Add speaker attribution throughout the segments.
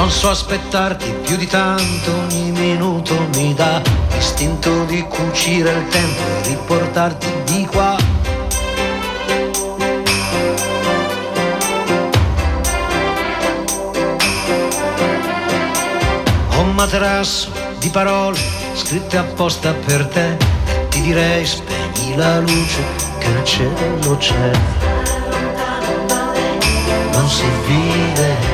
Speaker 1: Non so aspettarti più di tanto, ogni minuto mi dà l'istinto di cucire il tempo e riportarti di qua. Ho un materasso di parole scritte apposta per te e ti direi spegni la luce che nel cielo c'è. Non si vive,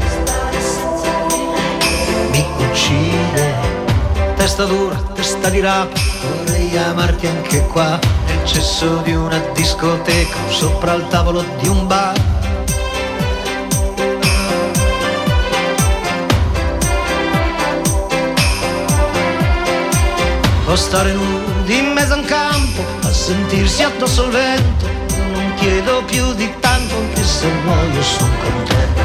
Speaker 1: mi uccide, testa dura, testa di rapa, vorrei amarti anche qua, nel cesso di una discoteca, sopra il tavolo di un bar. O stare nudi in mezzo a un campo, a sentirsi addosso al vento, non chiedo più di tanto, anche se muoio son contento.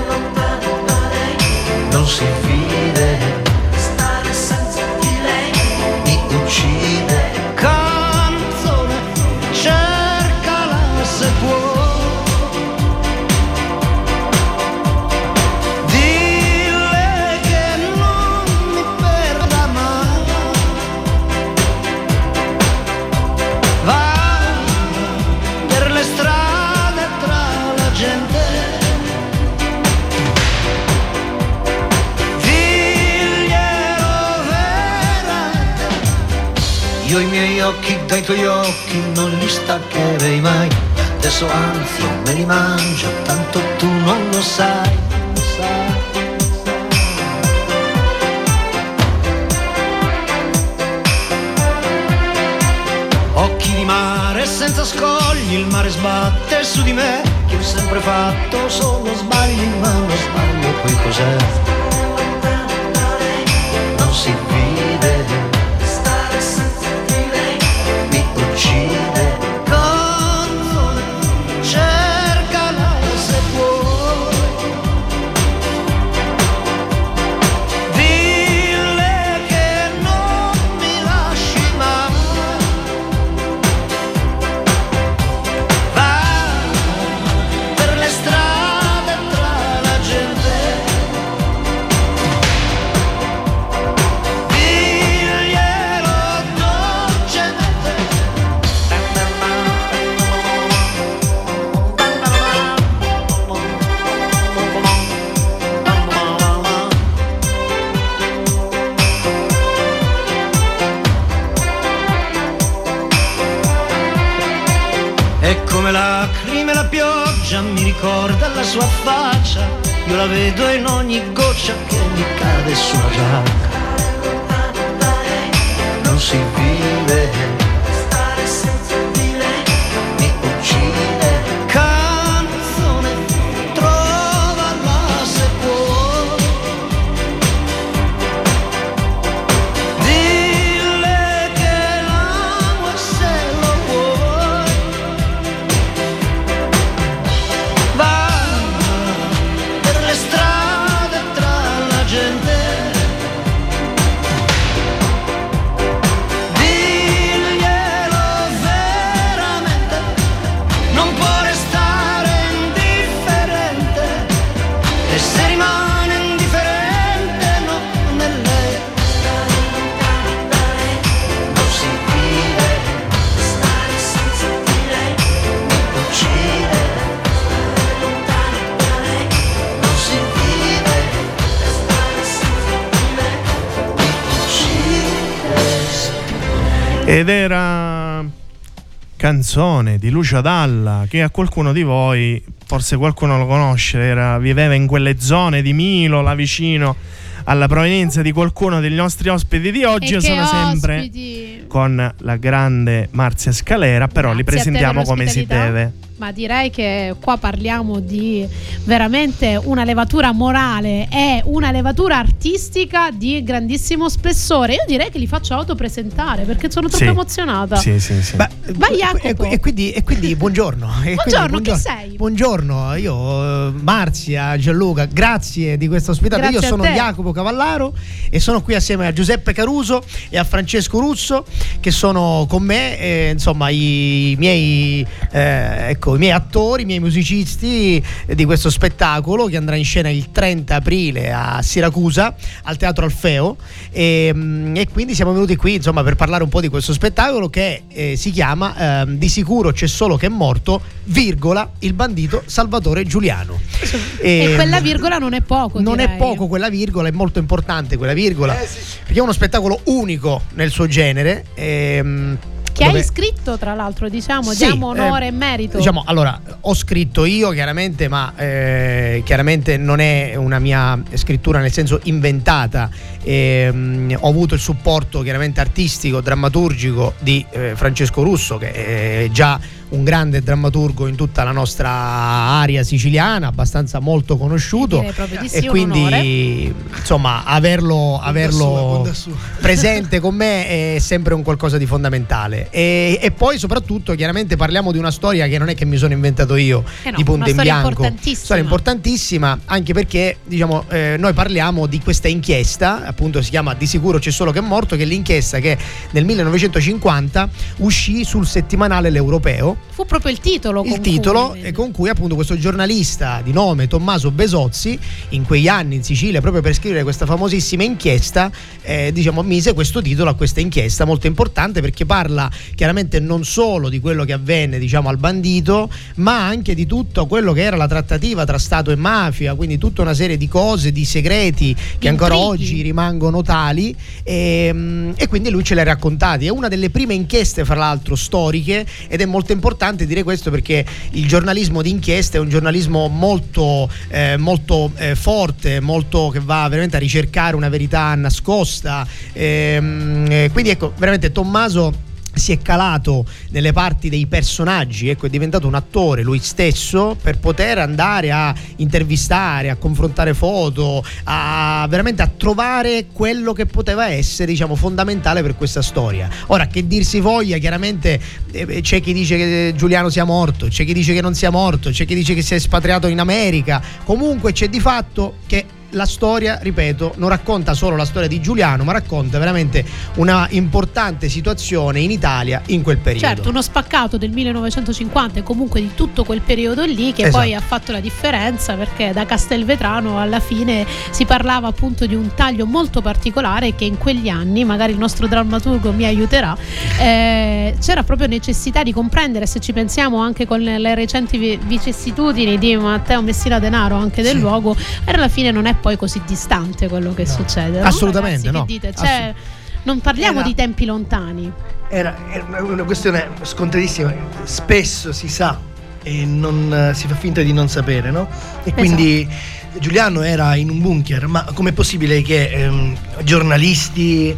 Speaker 1: Non si vive, stare senza di lei mi uccide. Canzone, cercala se puoi, dille che non mi perda mai. Va per le strade tra la gente, io i miei occhi dai tuoi occhi non li staccherei mai. Adesso anzi me li mangio, tanto tu non lo sai, lo sai. Occhi di mare senza scogli, il mare sbatte su di me, che ho sempre fatto solo sbagli, ma uno sbaglio poi cos'è? Non si vive, uccide. Canzone, cercala se puoi, dille che non mi lasci mai. Va per le strade tra la gente, e come lacrime la pioggia mi ricorda la sua faccia, io la vedo in ogni goccia che mi cade sulla giacca. Non si vive, stare senza di lei mi uccide. Canzone, trovala se puoi, dille che l'amo e se lo vuoi. Va per le strade tra la gente, diglielo veramente, non può restare indifferente, e se rimane indifferente non è lei. Non si vive, stare senza di lei mi uccide. Non si vive, stare senza di lei mi uccide.
Speaker 2: Ed era Canzone di Lucio Dalla, che a qualcuno di voi, forse qualcuno lo conosce, viveva in quelle zone di Milo, là vicino alla provenienza di qualcuno degli nostri ospiti di oggi. Io sono sempre con la grande Marzia Scalera, però li presentiamo come si deve.
Speaker 3: Ma direi che qua parliamo di veramente una levatura morale e una levatura artistica di grandissimo spessore. Io direi che li faccio autopresentare perché sono troppo emozionata.
Speaker 2: Sì.
Speaker 3: Vai Jacopo.
Speaker 4: E quindi buongiorno.
Speaker 3: Buongiorno, chi sei?
Speaker 4: Buongiorno, io Marzia, Gianluca, grazie di questa ospitata.
Speaker 3: Grazie,
Speaker 4: io sono
Speaker 3: a te.
Speaker 4: Jacopo Cavallaro e sono qui assieme a Giuseppe Caruso e a Francesco Russo, che sono con me, insomma, i miei ecco, i miei attori, i miei musicisti di questo spettacolo che andrà in scena il 30 aprile a Siracusa al Teatro Alfeo, e quindi siamo venuti qui insomma per parlare un po' di questo spettacolo che si chiama Di sicuro c'è solo che è morto, virgola, il bandito Salvatore Giuliano.
Speaker 3: E quella virgola non è poco.
Speaker 4: Non
Speaker 3: direi.
Speaker 4: è poco quella virgola, è molto importante quella virgola, perché è uno spettacolo unico nel suo genere.
Speaker 3: Che hai scritto, tra l'altro, diciamo,
Speaker 4: Sì,
Speaker 3: diamo onore e merito.
Speaker 4: Diciamo, allora, ho scritto io chiaramente, ma chiaramente non è una mia scrittura nel senso inventata. Ho avuto il supporto chiaramente artistico, drammaturgico di Francesco Russo, che è già un grande drammaturgo in tutta la nostra area siciliana, abbastanza molto conosciuto,
Speaker 3: Direi proprio di sì,
Speaker 4: e quindi
Speaker 3: onore.
Speaker 4: insomma averlo presente con me è sempre un qualcosa di fondamentale, e poi soprattutto chiaramente parliamo di una storia che non è che mi sono inventato io,
Speaker 3: no,
Speaker 4: di punto in bianco,
Speaker 3: importantissima.
Speaker 4: storia importantissima, anche perché diciamo noi parliamo di questa inchiesta, appunto si chiama Di sicuro c'è solo che è morto, che è l'inchiesta che nel 1950 uscì sul settimanale L'Europeo.
Speaker 3: Fu proprio il titolo
Speaker 4: Con cui appunto questo giornalista di nome Tommaso Besozzi, in quegli anni in Sicilia, proprio per scrivere questa famosissima inchiesta, diciamo mise questo titolo a questa inchiesta molto importante, perché parla chiaramente non solo di quello che avvenne diciamo al bandito, ma anche di tutto quello che era la trattativa tra Stato e mafia, quindi tutta una serie di cose, di segreti che ancora oggi rimangono tali, e quindi lui ce l'ha raccontati. È una delle prime inchieste fra l'altro storiche, ed è molto importante dire questo perché il giornalismo d'inchiesta è un giornalismo molto forte, molto che va veramente a ricercare una verità nascosta, quindi ecco, veramente Tommaso si è calato nelle parti dei personaggi, ecco, è diventato un attore lui stesso per poter andare a intervistare, a confrontare foto, a veramente a trovare quello che poteva essere diciamo fondamentale per questa storia. Ora, che dir si voglia, chiaramente c'è chi dice che Giuliano sia morto, c'è chi dice che non sia morto, c'è chi dice che sia espatriato in America, comunque c'è di fatto che la storia, ripeto, non racconta solo la storia di Giuliano, ma racconta veramente una importante situazione in Italia in quel periodo.
Speaker 3: Certo, uno spaccato del 1950 e comunque di tutto quel periodo lì che poi ha fatto la differenza, perché da Castelvetrano alla fine si parlava appunto di un taglio molto particolare che in quegli anni, magari il nostro drammaturgo mi aiuterà, c'era proprio necessità di comprendere, se ci pensiamo anche con le recenti vicissitudini di Matteo Messina Denaro anche del luogo, alla fine non è poi così distante quello che succede, no?
Speaker 4: Assolutamente.
Speaker 3: Ragazzi, che dite? Non parliamo di tempi lontani.
Speaker 5: Era una questione scontatissima, spesso si sa e non si fa finta di non sapere, no? E quindi Giuliano era in un bunker, ma com'è possibile che giornalisti,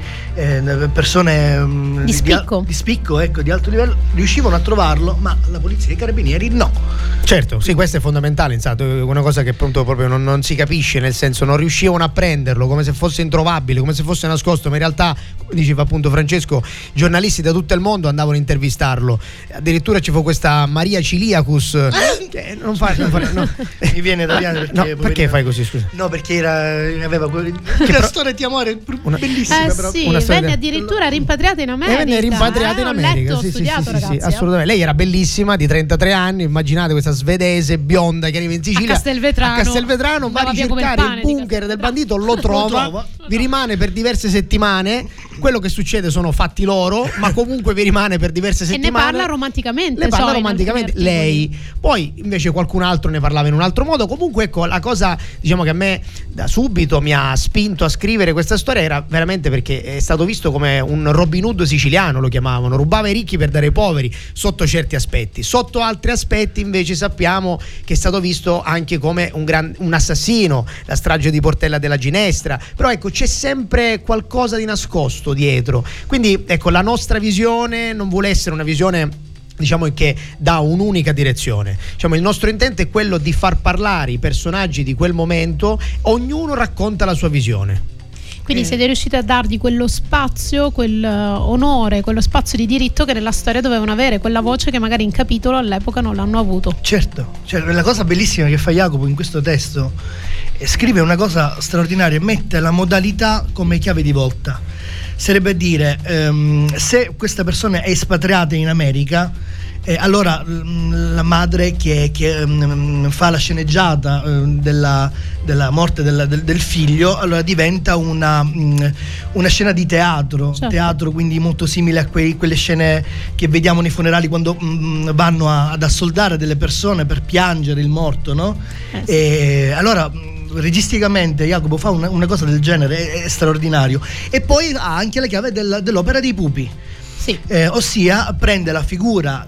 Speaker 5: persone
Speaker 3: di
Speaker 5: spicco, ecco, di alto livello, riuscivano a trovarlo, ma la polizia e i carabinieri no?
Speaker 4: Certo, sì, questo è fondamentale, infatti, è una cosa che proprio non si capisce, nel senso non riuscivano a prenderlo, come se fosse introvabile, come se fosse nascosto, ma in realtà, come diceva appunto Francesco, giornalisti da tutto il mondo andavano a intervistarlo. Addirittura ci fu questa Maria Ciliacus che non fa no.
Speaker 5: Mi viene da piangere
Speaker 4: perché fai così, scusa?
Speaker 5: No, perché aveva una storia di amore bellissima, però.
Speaker 3: Sì,
Speaker 4: una storia
Speaker 3: venne addirittura rimpatriata in America.
Speaker 4: Venne rimpatriata in America,
Speaker 3: ho studiato, ragazzi,
Speaker 4: assolutamente. Lei era bellissima, di 33 anni, immaginate questa svedese bionda che arriva in Sicilia,
Speaker 3: a Castelvetrano
Speaker 4: va a ricercare il bunker del bandito, lo trova, vi rimane per diverse settimane. Quello che succede sono fatti loro, ma comunque vi rimane per diverse settimane.
Speaker 3: E ne parla romanticamente.
Speaker 4: Ne parla romanticamente lei. Poi invece qualcun altro ne parlava in un altro modo. Comunque ecco, la cosa diciamo che a me da subito mi ha spinto a scrivere questa storia era veramente perché è stato visto come un Robin Hood siciliano, lo chiamavano, rubava ai ricchi per dare ai poveri sotto certi aspetti. Sotto altri aspetti invece sappiamo che è stato visto anche come un assassino, la strage di Portella della Ginestra. Però ecco, c'è sempre qualcosa di nascosto dietro, quindi ecco, la nostra visione non vuole essere una visione diciamo che dà un'unica direzione, diciamo il nostro intento è quello di far parlare i personaggi di quel momento, ognuno racconta la sua visione.
Speaker 3: Quindi siete riusciti a dargli quello spazio, quell'onore, quello spazio di diritto che nella storia dovevano avere, quella voce che magari in capitolo all'epoca non l'hanno avuto.
Speaker 5: Certo, la cosa bellissima che fa Jacopo in questo testo scrive una cosa straordinaria, mette la modalità come chiave di volta. Sarebbe a dire, se questa persona è espatriata in America, allora la madre che fa la sceneggiata della morte del figlio, allora diventa una scena di teatro,
Speaker 3: certo.
Speaker 5: Teatro quindi molto simile a quelle scene che vediamo nei funerali quando vanno ad assoldare delle persone per piangere il morto, no?
Speaker 3: Sì.
Speaker 5: E allora registicamente Jacopo fa una cosa del genere, è straordinario. E poi ha anche la chiave dell'opera dei pupi.
Speaker 3: Sì.
Speaker 5: Ossia prende la figura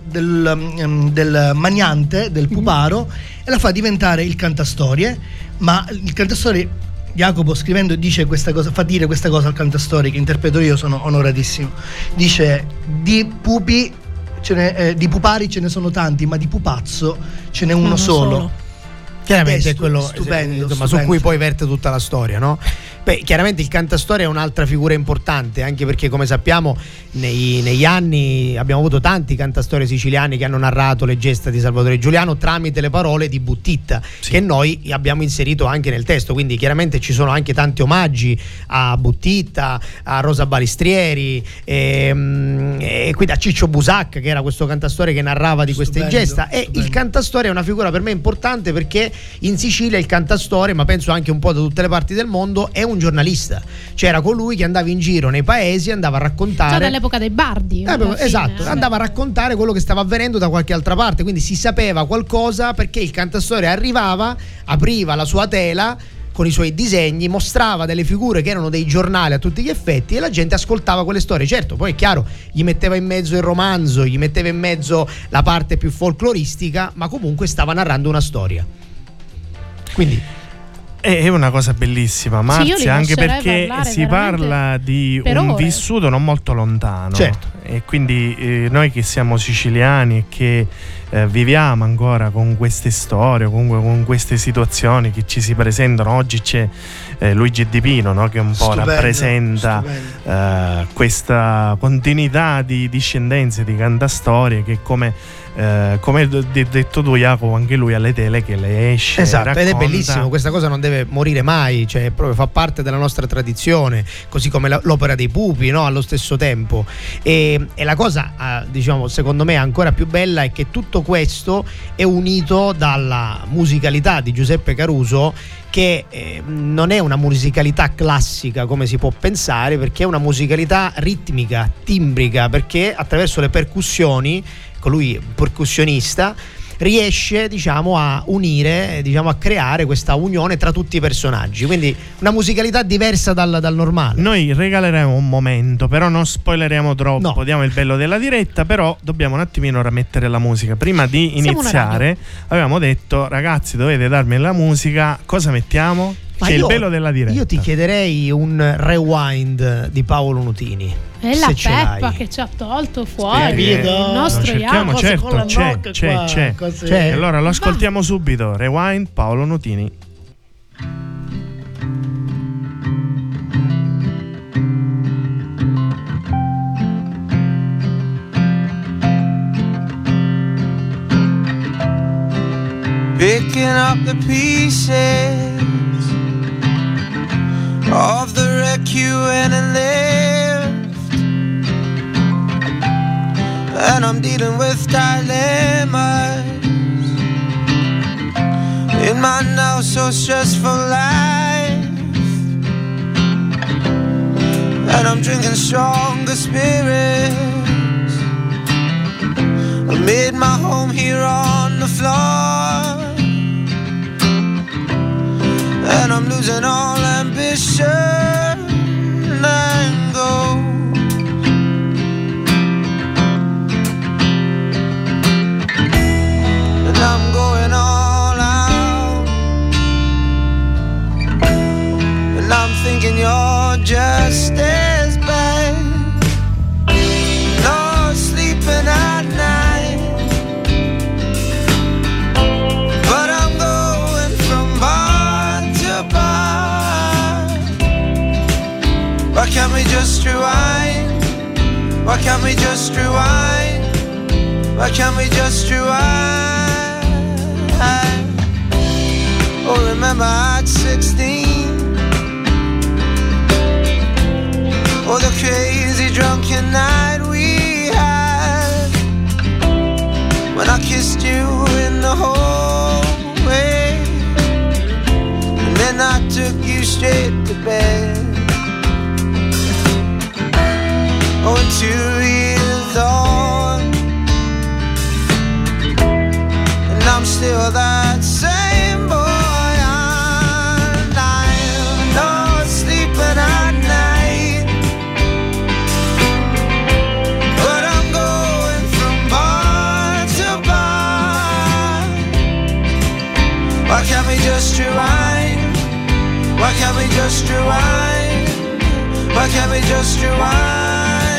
Speaker 5: del magnante, del puparo, e la fa diventare il cantastorie, ma il cantastorie, Jacopo scrivendo dice questa cosa, fa dire questa cosa al cantastorie che interpreto io, sono onoratissimo, dice: di pupi di pupari ce ne sono tanti, ma di pupazzo ce n'è uno solo.
Speaker 4: Chiaramente è quello
Speaker 5: stupendo,
Speaker 4: insomma, su cui poi verte tutta la storia, no? Beh, chiaramente il cantastorie è un'altra figura importante, anche perché, come sappiamo, negli anni abbiamo avuto tanti cantastorie siciliani che hanno narrato le gesta di Salvatore Giuliano tramite le parole di Buttitta, sì, che noi abbiamo inserito anche nel testo. Quindi chiaramente ci sono anche tanti omaggi a Buttitta, a Rosa Balistrieri, e quindi a Ciccio Busacca, che era questo cantastorie che narrava di queste gesta. E il cantastorie è una figura per me importante perché in Sicilia il cantastorie, ma penso anche un po' da tutte le parti del mondo, è un giornalista. C'era colui che andava in giro nei paesi, andava a raccontare,
Speaker 3: già dall'epoca dei bardi,
Speaker 4: esatto, andava a raccontare quello che stava avvenendo da qualche altra parte, quindi si sapeva qualcosa perché il cantastorie arrivava, apriva la sua tela con i suoi disegni, mostrava delle figure che erano dei giornali a tutti gli effetti e la gente ascoltava quelle storie. Certo, poi è chiaro, gli metteva in mezzo il romanzo, gli metteva in mezzo la parte più folcloristica, ma comunque stava narrando una storia. Quindi
Speaker 2: è una cosa bellissima, Marzia, sì, anche perché si parla di un vissuto non molto lontano.
Speaker 4: Certo.
Speaker 2: E quindi noi che siamo siciliani e che viviamo ancora con queste storie, comunque con queste situazioni che ci si presentano. Oggi c'è Luigi Di Pino, no? Che un po' rappresenta questa continuità di discendenze di cantastorie che come hai detto tu, Jacopo, anche lui ha le tele che le esce,
Speaker 4: esatto,
Speaker 2: racconta.
Speaker 4: ed è bellissimo, questa cosa non deve morire mai, cioè proprio fa parte della nostra tradizione, così come l'opera dei pupi, no? Allo stesso tempo. E la cosa diciamo secondo me ancora più bella è che tutto questo è unito dalla musicalità di Giuseppe Caruso, che non è una musicalità classica come si può pensare, perché è una musicalità ritmica, timbrica, perché attraverso le percussioni, colui percussionista, riesce, diciamo, a unire, diciamo, a creare questa unione tra tutti i personaggi, quindi una musicalità diversa dal normale.
Speaker 2: Noi regaleremo un momento, però non spoileriamo troppo, no. Diamo il bello della diretta, però dobbiamo un attimino mettere la musica. Prima di iniziare avevamo detto: ragazzi, dovete darmi la musica, cosa mettiamo? C'è il bello della diretta.
Speaker 4: Io ti chiederei un rewind di Paolo Nutini.
Speaker 3: E la Peppa che ci ha tolto fuori il nostro Jacopo.
Speaker 2: Certo, c'è. Allora lo ascoltiamo subito. Rewind, Paolo Nutini.
Speaker 6: Picking up the pieces of the wreck you went and left, and I'm dealing with dilemmas in my now so stressful life, and I'm drinking stronger spirits. I made my home here on the floor, and I'm losing all ambition and goal. And I'm going all out, and I'm thinking you're just as bad. No sleeping at night, but I'm going from bar to bar. Why can't we just rewind? Why can't we just rewind? Why can't we just rewind? Oh, remember at 16, oh, the crazy drunken night we had. took you straight to bed. Oh, 2 years on, and I'm still that same boy. And I'm not sleeping at night, but I'm going from bar to bar. Why can't we just rewind? Why can't we just rewind? Why can't we just rewind?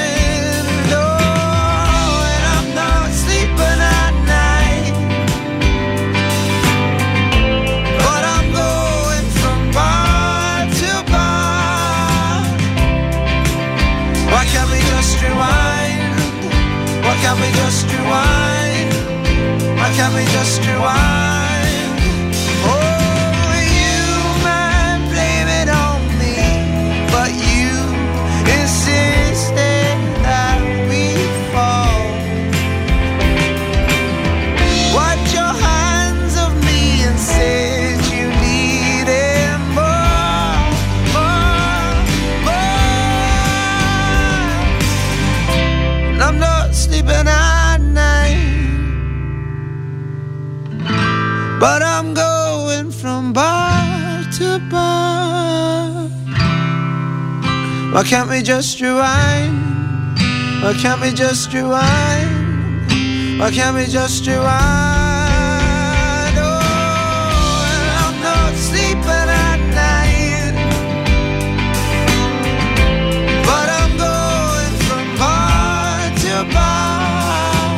Speaker 6: Why can't we just rewind? Why can't we just rewind? Oh, you might blame it on me, but you insisted that we fall. Wiped your hands of me and said you needed more, more, more. And I'm not sleeping at night, but I'm going from bar to bar. Why can't we just rewind? Why can't we just rewind? Why can't we just rewind? Oh, and I'm not sleeping at night, but I'm going from bar to bar.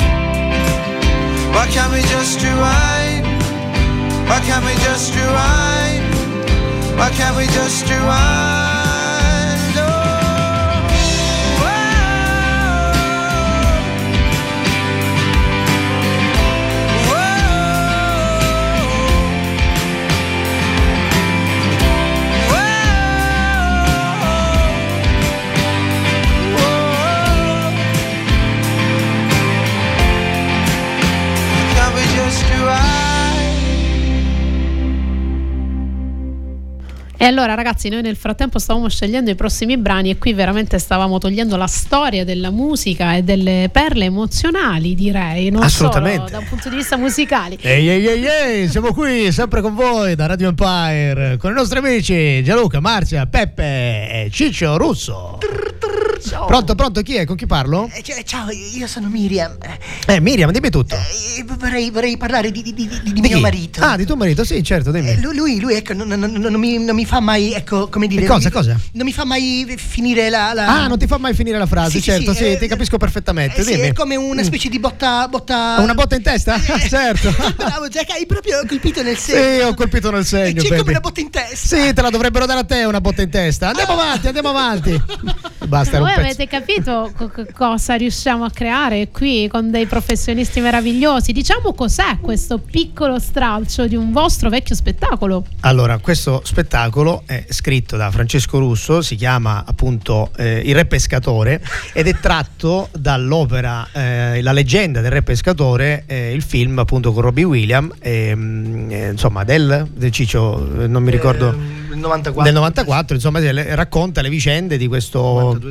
Speaker 6: Why can't we just rewind? Why can't we just rewind? Why can't we just rewind?
Speaker 3: E allora ragazzi, noi nel frattempo stavamo scegliendo i prossimi brani e qui veramente stavamo togliendo la storia della musica e delle perle emozionali, direi, non
Speaker 4: assolutamente,
Speaker 3: solo da un punto di vista musicale.
Speaker 4: Ehi, siamo qui sempre con voi da Radio Empire con i nostri amici Gianluca, Marzia, Peppe e Ciccio Russo.
Speaker 5: Ciao.
Speaker 4: Pronto, chi è? Con chi parlo?
Speaker 5: Ciao, io sono Miriam.
Speaker 4: Miriam, dimmi tutto.
Speaker 5: Vorrei parlare di mio marito.
Speaker 4: Ah, di tuo marito, sì, certo, dimmi.
Speaker 5: Lui ecco, non mi fa mai, ecco, come dire.
Speaker 4: Cosa?
Speaker 5: Non mi fa mai finire la.
Speaker 4: Ah, non ti fa mai finire la frase, certo, sì, ti capisco perfettamente.
Speaker 5: Sì,
Speaker 4: dimmi.
Speaker 5: è come una specie di botta.
Speaker 4: Una botta in testa? Certo.
Speaker 5: Bravo, Jack, hai proprio colpito nel segno.
Speaker 4: Sì, ho colpito nel segno.
Speaker 5: C'è
Speaker 4: baby.
Speaker 5: come una botta in testa.
Speaker 4: Sì, te la dovrebbero dare a te una botta in testa. Andiamo avanti. Basta, era un
Speaker 3: Voi
Speaker 4: pezzo.
Speaker 3: avete capito cosa riusciamo a creare qui con dei professionisti meravigliosi? Diciamo cos'è questo piccolo stralcio di un vostro vecchio spettacolo?
Speaker 4: Allora, questo spettacolo è scritto da Francesco Russo, si chiama appunto Il Re Pescatore ed è tratto dall'opera La leggenda del Re Pescatore, il film appunto con Robbie Williams, insomma del Ciccio, non mi ricordo. Del 94, insomma, racconta le vicende di questo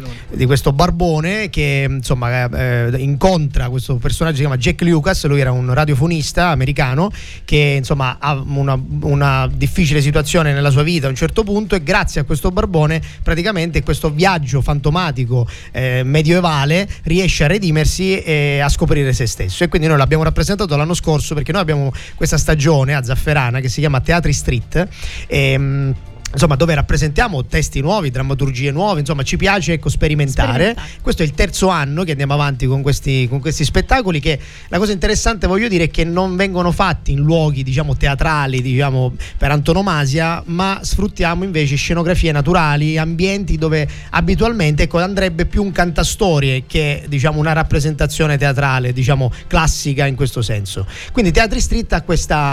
Speaker 4: barbone che insomma incontra questo personaggio che si chiama Jack Lucas. Lui era un radiofonista americano che insomma ha una difficile situazione nella sua vita a un certo punto, e grazie a questo barbone, praticamente questo viaggio fantomatico medievale, riesce a redimersi e a scoprire se stesso. E quindi noi l'abbiamo rappresentato l'anno scorso, perché noi abbiamo questa stagione a Zafferana che si chiama Teatri Street, insomma, dove rappresentiamo testi nuovi, drammaturgie nuove, insomma ci piace sperimentare. Questo è il terzo anno che andiamo avanti con questi spettacoli, che la cosa interessante, voglio dire, è che non vengono fatti in luoghi diciamo teatrali, diciamo per antonomasia, ma sfruttiamo invece scenografie naturali, ambienti dove abitualmente andrebbe più un cantastorie che diciamo una rappresentazione teatrale diciamo classica in questo senso. Quindi Teatri Street ha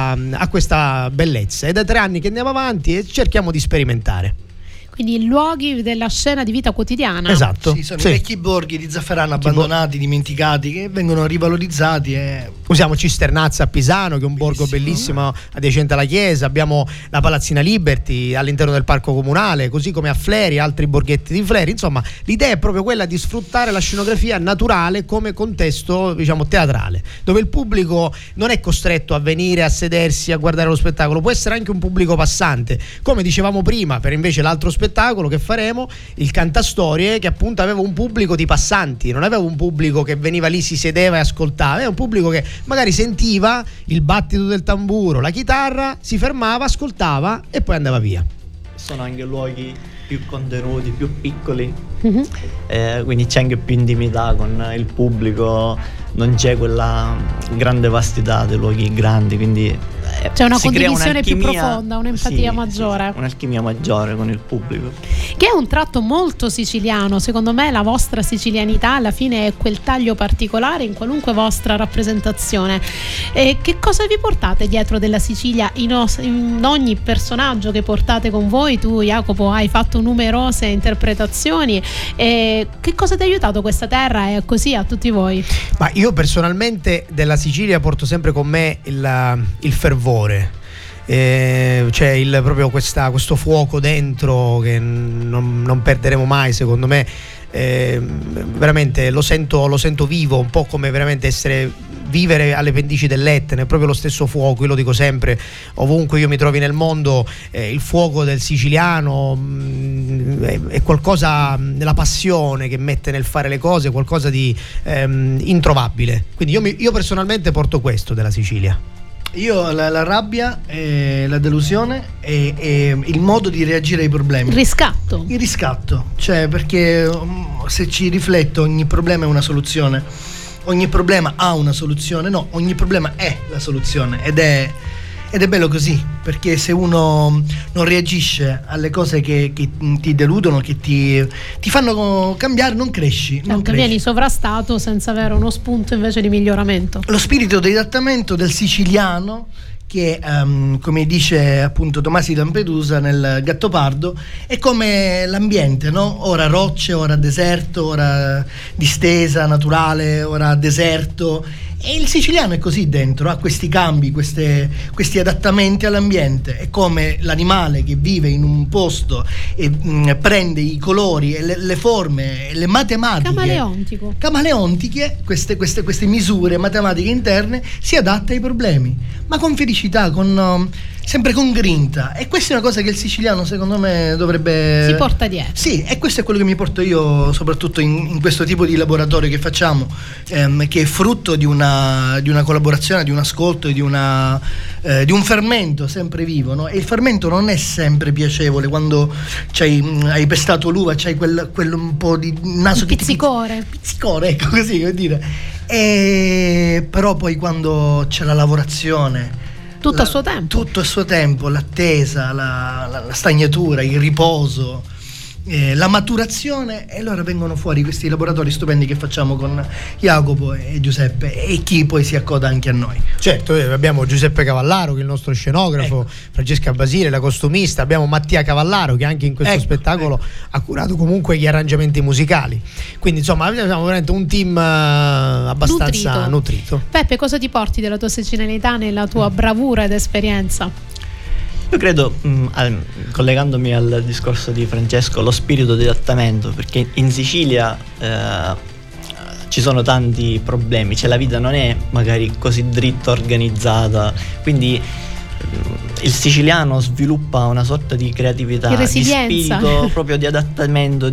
Speaker 4: questa bellezza, ed è 3 anni che andiamo avanti e cerchiamo di sperimentare.
Speaker 3: Quindi luoghi della scena di vita quotidiana.
Speaker 4: Esatto.
Speaker 5: Sì, sono i vecchi borghi di Zafferana abbandonati, dimenticati, che vengono rivalorizzati e
Speaker 4: Usiamo Cisternazza a Pisano, che è un borgo bellissimo adiacente alla chiesa. Abbiamo la Palazzina Liberty all'interno del parco comunale, così come a Fleri, altri borghetti di Fleri. Insomma, l'idea è proprio quella di sfruttare la scenografia naturale come contesto, diciamo, teatrale, dove il pubblico non è costretto a venire a sedersi a guardare lo spettacolo, può essere anche un pubblico passante, come dicevamo prima per invece l'altro spettacolo che faremo, il Cantastorie, che appunto aveva un pubblico di passanti, non aveva un pubblico che veniva lì, si sedeva e ascoltava, aveva un pubblico che magari sentiva il battito del tamburo, la chitarra, si fermava, ascoltava e poi andava via.
Speaker 7: Sono anche luoghi più contenuti, più piccoli, quindi c'è anche più intimità con il pubblico, non c'è quella grande vastità dei luoghi grandi, quindi
Speaker 3: c'è una
Speaker 7: si crea
Speaker 3: condivisione più
Speaker 7: un'alchimia,
Speaker 3: profonda, un'empatia
Speaker 7: sì,
Speaker 3: maggiore.
Speaker 7: sì, un'alchimia maggiore con il pubblico.
Speaker 3: Che è un tratto molto siciliano, secondo me la vostra sicilianità alla fine è quel taglio particolare in qualunque vostra rappresentazione. E che cosa vi portate dietro della Sicilia in ogni personaggio che portate con voi? Tu, Jacopo, hai fatto numerose interpretazioni. E che cosa ti ha aiutato questa terra e così a tutti voi?
Speaker 4: Ma io personalmente della Sicilia porto sempre con me il fervore. C'è proprio questo fuoco dentro che non perderemo mai, secondo me. Veramente lo sento vivo, un po' come veramente vivere alle pendici dell'Etna, è proprio lo stesso fuoco. Io lo dico sempre, ovunque io mi trovi nel mondo, il fuoco del siciliano è qualcosa, la passione che mette nel fare le cose, qualcosa di introvabile. Quindi io personalmente porto questo della Sicilia.
Speaker 5: Io la rabbia, la delusione e il modo di reagire ai problemi.
Speaker 3: Il riscatto,
Speaker 5: cioè, perché se ci rifletto, ogni problema è una soluzione, ogni problema ha una soluzione, no, ogni problema è la soluzione ed è bello così, perché se uno non reagisce alle cose che ti deludono, che ti fanno cambiare, non cresci.
Speaker 3: Vieni sovrastato senza avere uno spunto invece di miglioramento.
Speaker 5: Lo spirito di adattamento del siciliano, che come dice appunto Tomasi di Lampedusa nel Gattopardo, è come l'ambiente, no? Ora rocce, ora deserto, ora distesa naturale, ora deserto. E il siciliano è così dentro, ha questi cambi, questi adattamenti all'ambiente. È come l'animale che vive in un posto e prende i colori e le forme e le matematiche camaleontiche, queste misure matematiche interne, si adatta ai problemi, ma con felicità, sempre con grinta. E questa è una cosa che il siciliano, secondo me, dovrebbe...
Speaker 3: si porta dietro.
Speaker 5: Sì, e questo è quello che mi porto io, soprattutto in questo tipo di laboratorio che facciamo, che è frutto di una collaborazione, di un ascolto e di un fermento sempre vivo, no? E il fermento non è sempre piacevole quando hai pestato l'uva, c'hai quel un po' di naso
Speaker 3: il pizzicore,
Speaker 5: ecco, così, come dire. Però poi quando c'è la lavorazione,
Speaker 3: tutto a suo tempo,
Speaker 5: l'attesa, la stagnatura, il riposo, la maturazione, e allora vengono fuori questi laboratori stupendi che facciamo con Jacopo e Giuseppe e chi poi si accoda anche a noi.
Speaker 4: Certo, abbiamo Giuseppe Cavallaro che è il nostro scenografo, ecco. Francesca Basile la costumista, abbiamo Mattia Cavallaro che anche in questo spettacolo ha curato comunque gli arrangiamenti musicali, quindi insomma abbiamo veramente un team abbastanza nutrito.
Speaker 3: Peppe, cosa ti porti della tua sicilianità nella tua bravura ed esperienza?
Speaker 7: Io credo, collegandomi al discorso di Francesco, lo spirito di adattamento, perché in Sicilia ci sono tanti problemi, cioè la vita non è magari così dritta, organizzata, quindi il siciliano sviluppa una sorta di creatività,
Speaker 3: di
Speaker 7: resilienza, di spirito proprio di adattamento,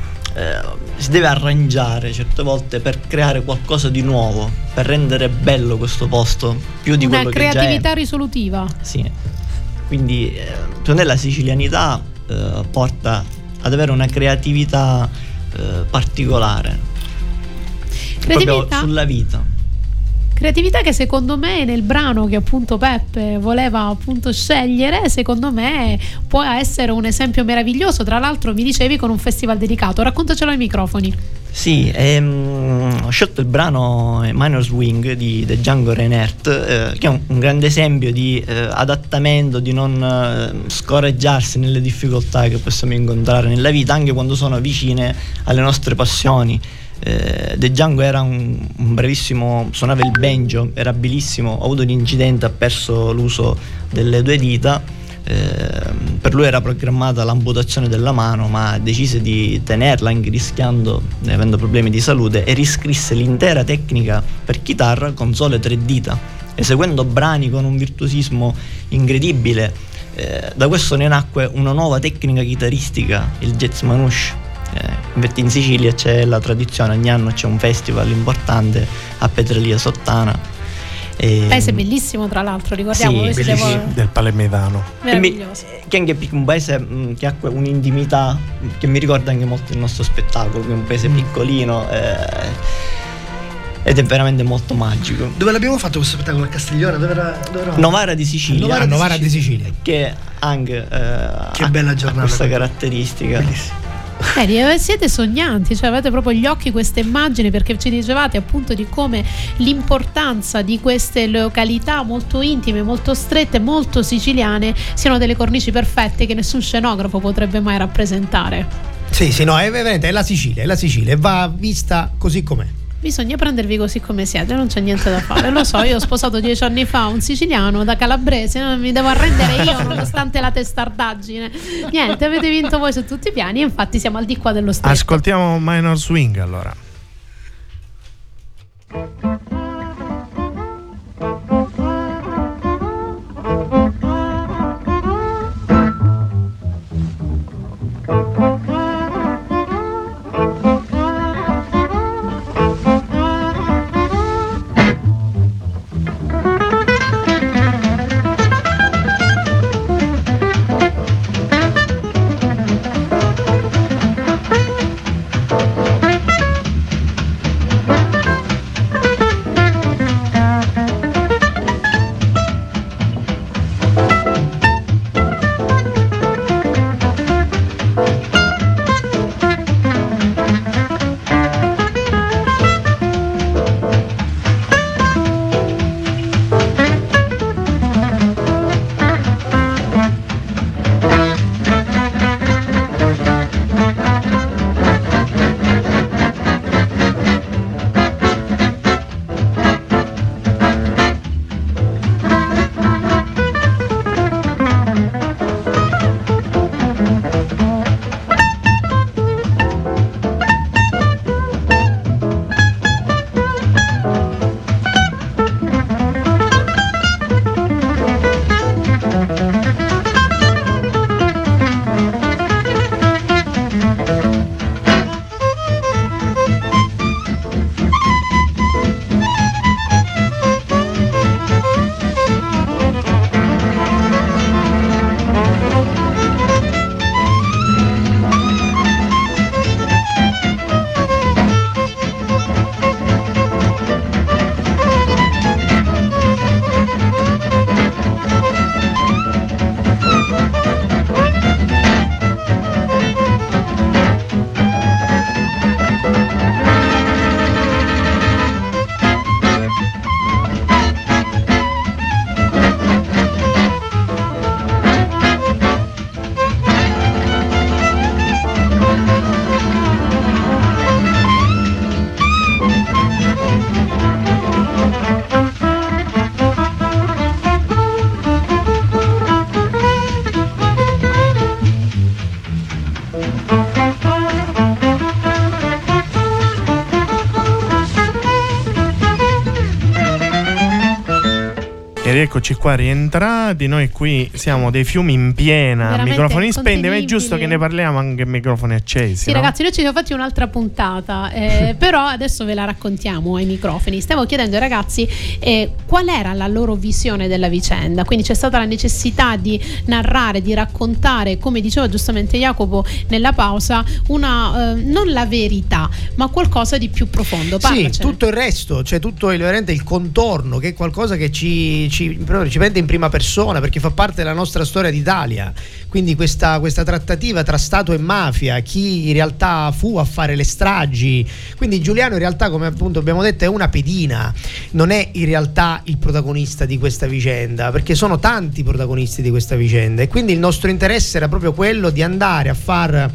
Speaker 7: si deve arrangiare certe volte per creare qualcosa di nuovo, per rendere bello questo posto più di quello che già è.
Speaker 3: Una creatività risolutiva.
Speaker 7: Sì. Quindi secondo me la sicilianità porta ad avere una creatività particolare, proprio sulla vita.
Speaker 3: Creatività che secondo me nel brano che appunto Peppe voleva appunto scegliere, secondo me può essere un esempio meraviglioso. Tra l'altro mi dicevi con un festival dedicato, raccontacelo ai microfoni.
Speaker 7: Sì, ho scelto il brano Minor Swing di The Django Reinhardt, che è un grande esempio di adattamento, di non scoraggiarsi nelle difficoltà che possiamo incontrare nella vita, anche quando sono vicine alle nostre passioni. De Django era un bravissimo, suonava il banjo, era abilissimo, ha avuto un incidente, ha perso l'uso delle 2 dita, per lui era programmata l'amputazione della mano, ma decise di tenerla anche rischiando, avendo problemi di salute, e riscrisse l'intera tecnica per chitarra con sole 3 dita, eseguendo brani con un virtuosismo incredibile. Da questo ne nacque una nuova tecnica chitarristica, il jazz manouche. Infatti in Sicilia c'è la tradizione, ogni anno c'è un festival importante a Petralia Sottana.
Speaker 3: Paese bellissimo, tra l'altro, ricordiamo,
Speaker 7: sì,
Speaker 2: del Palermitano.
Speaker 3: Meraviglioso.
Speaker 7: Che è anche un paese che ha un'intimità che mi ricorda anche molto il nostro spettacolo, che è un paese piccolino ed è veramente molto magico.
Speaker 5: Dove l'abbiamo fatto questo spettacolo? A Castiglione? Dove era?
Speaker 7: Novara di Sicilia.
Speaker 4: Novara di Sicilia.
Speaker 7: Che anche
Speaker 5: che bella giornata,
Speaker 7: ha questa caratteristica.
Speaker 5: Bellissimo.
Speaker 3: Siete sognanti, cioè avete proprio gli occhi queste immagini, perché ci dicevate appunto di come l'importanza di queste località molto intime, molto strette, molto siciliane siano delle cornici perfette che nessun scenografo potrebbe mai rappresentare.
Speaker 4: Sì, no, è veramente la Sicilia, e va vista così com'è.
Speaker 3: Bisogna prendervi così come siete, non c'è niente da fare. Lo so, io ho sposato 10 anni fa un siciliano da calabrese, non mi devo arrendere io nonostante la testardaggine. Niente, avete vinto voi su tutti i piani, e infatti siamo al di qua dello stretto.
Speaker 2: Ascoltiamo Minor Swing allora. E rieccoci qua rientrati, noi qui siamo dei fiumi in piena,
Speaker 3: veramente
Speaker 2: microfoni spenti, ma è giusto che ne parliamo anche a microfoni accesi.
Speaker 3: Sì,
Speaker 2: no?
Speaker 3: ragazzi, noi ci siamo fatti un'altra puntata, però adesso ve la raccontiamo ai microfoni. Stavo chiedendo ai ragazzi qual era la loro visione della vicenda, quindi c'è stata la necessità di narrare, di raccontare, come diceva giustamente Jacopo nella pausa, non la verità, ma qualcosa di più profondo. Parlacene.
Speaker 4: Sì, tutto il resto, cioè tutto veramente il contorno, che è qualcosa che ci prende in prima persona, perché fa parte della nostra storia d'Italia. quindi questa trattativa tra Stato e mafia, chi in realtà fu a fare le stragi. Quindi Giuliano in realtà, come appunto abbiamo detto, è una pedina, non è in realtà il protagonista di questa vicenda, perché sono tanti protagonisti di questa vicenda, e quindi il nostro interesse era proprio quello di andare a far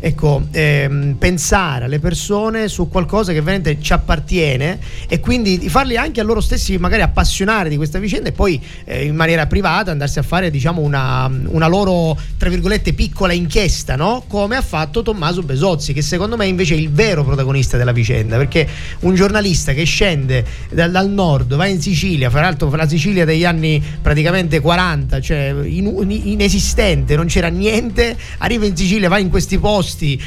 Speaker 4: pensare alle persone su qualcosa che veramente ci appartiene, e quindi di farli anche a loro stessi magari appassionare di questa vicenda, e poi in maniera privata andarsi a fare, diciamo, una loro, tra virgolette, piccola inchiesta, no? Come ha fatto Tommaso Besozzi, che secondo me invece è il vero protagonista della vicenda, perché un giornalista che scende dal nord, va in Sicilia, fra l'altro la Sicilia degli anni praticamente 40, cioè inesistente, non c'era niente, arriva in Sicilia, va in questi posti,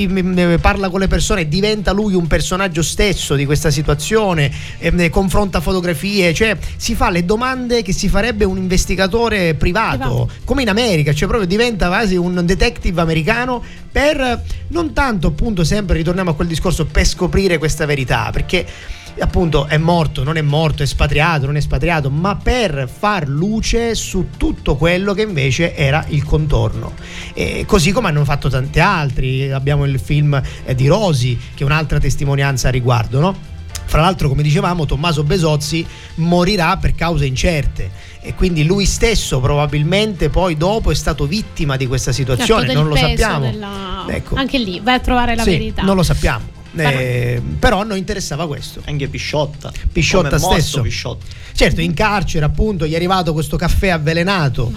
Speaker 4: parla con le persone, diventa lui un personaggio stesso di questa situazione, confronta fotografie, cioè si fa le domande che si farebbe un investigatore privato, come in America, cioè proprio diventa quasi un detective americano, per non tanto, appunto, sempre ritorniamo a quel discorso, per scoprire questa verità, perché appunto è morto, non è morto, è espatriato, non è espatriato, ma per far luce su tutto quello che invece era il contorno. Così come hanno fatto tanti altri, abbiamo il film di Rosi, che è un'altra testimonianza a riguardo, no? Fra l'altro, come dicevamo, Tommaso Besozzi morirà per cause incerte, e quindi lui stesso probabilmente poi dopo è stato vittima di questa situazione, non lo sappiamo. Ecco.
Speaker 3: Anche lì vai a trovare la verità.
Speaker 4: Non lo sappiamo. Però a noi interessava questo.
Speaker 7: Anche Pisciotta
Speaker 4: stesso. Certo, in carcere, appunto, gli è arrivato questo caffè avvelenato.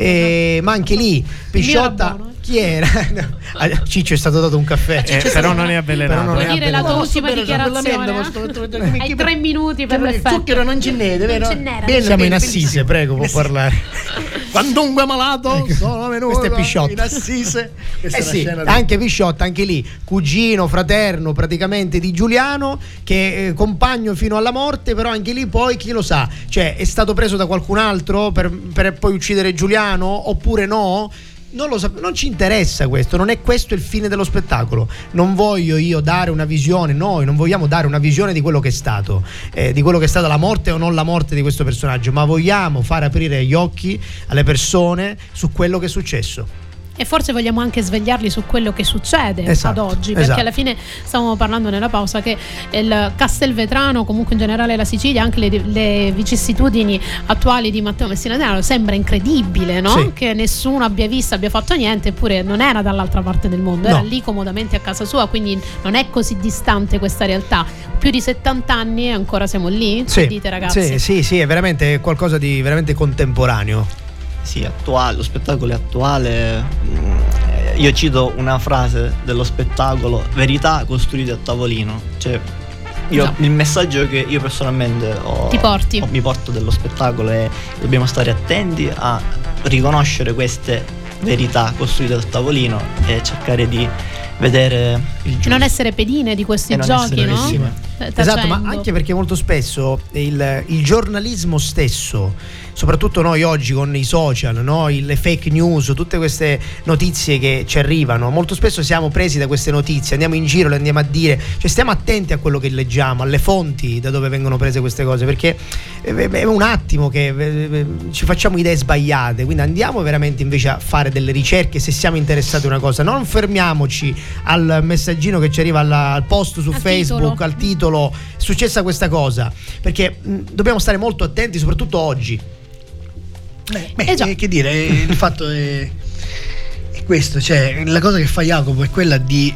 Speaker 4: Ma anche lì Pisciotta, chi era? Ciccio è stato dato un caffè,
Speaker 2: però non è avvelenato.
Speaker 3: Vuoi dire la tua ultima dichiarazione? Hai 3 minuti per l'effetto.
Speaker 4: Zucchero non ce n'è, vero? Siamo in Assise, prego, può parlare. Quandunque malato sono venuto. Questo è Pisciotta in Assise. Sì, anche Pisciotta, anche lì cugino, fraterno praticamente di Giuliano, che è compagno fino alla morte, però anche lì poi chi lo sa, cioè è stato preso da qualcun altro per poi uccidere Giuliano oppure no? Non lo non ci interessa questo, non è questo il fine dello spettacolo. Non voglio io dare una visione, noi non vogliamo dare una visione di quello che è stato, di quello che è stata la morte o non la morte di questo personaggio, ma vogliamo far aprire gli occhi alle persone su quello che è successo.
Speaker 3: E forse vogliamo anche svegliarli su quello che succede ad oggi, perché alla fine stavamo parlando nella pausa che il Castelvetrano, comunque in generale la Sicilia, anche le vicissitudini attuali di Matteo Messina Denaro, sembra incredibile, no? Sì. Che nessuno abbia visto, abbia fatto niente, eppure non era dall'altra parte del mondo, era lì comodamente a casa sua, quindi non è così distante questa realtà. Più di 70 anni e ancora siamo lì, che dite, ragazzi? Sì,
Speaker 4: è veramente qualcosa di veramente contemporaneo.
Speaker 7: Sì, attuale, lo spettacolo è attuale. Io cito una frase dello spettacolo: verità costruite a tavolino. Cioè, il messaggio che io personalmente mi porto dello spettacolo è: dobbiamo stare attenti a riconoscere queste verità costruite a tavolino e cercare di vedere il giusto.
Speaker 3: Non essere pedine di questi giochi, no?
Speaker 4: Esatto, ma anche perché molto spesso il giornalismo stesso, soprattutto noi oggi con i social, no? Le fake news, tutte queste notizie che ci arrivano, molto spesso siamo presi da queste notizie, andiamo in giro, le andiamo a dire, cioè stiamo attenti a quello che leggiamo, alle fonti da dove vengono prese queste cose, perché è un attimo che ci facciamo idee sbagliate, quindi andiamo veramente invece a fare delle ricerche se siamo interessati a una cosa, non fermiamoci al messaggino che ci arriva al post su Facebook, al titolo, è successa questa cosa, perché dobbiamo stare molto attenti, soprattutto oggi.
Speaker 5: Che dire, il fatto è questo, cioè la cosa che fa Jacopo è quella di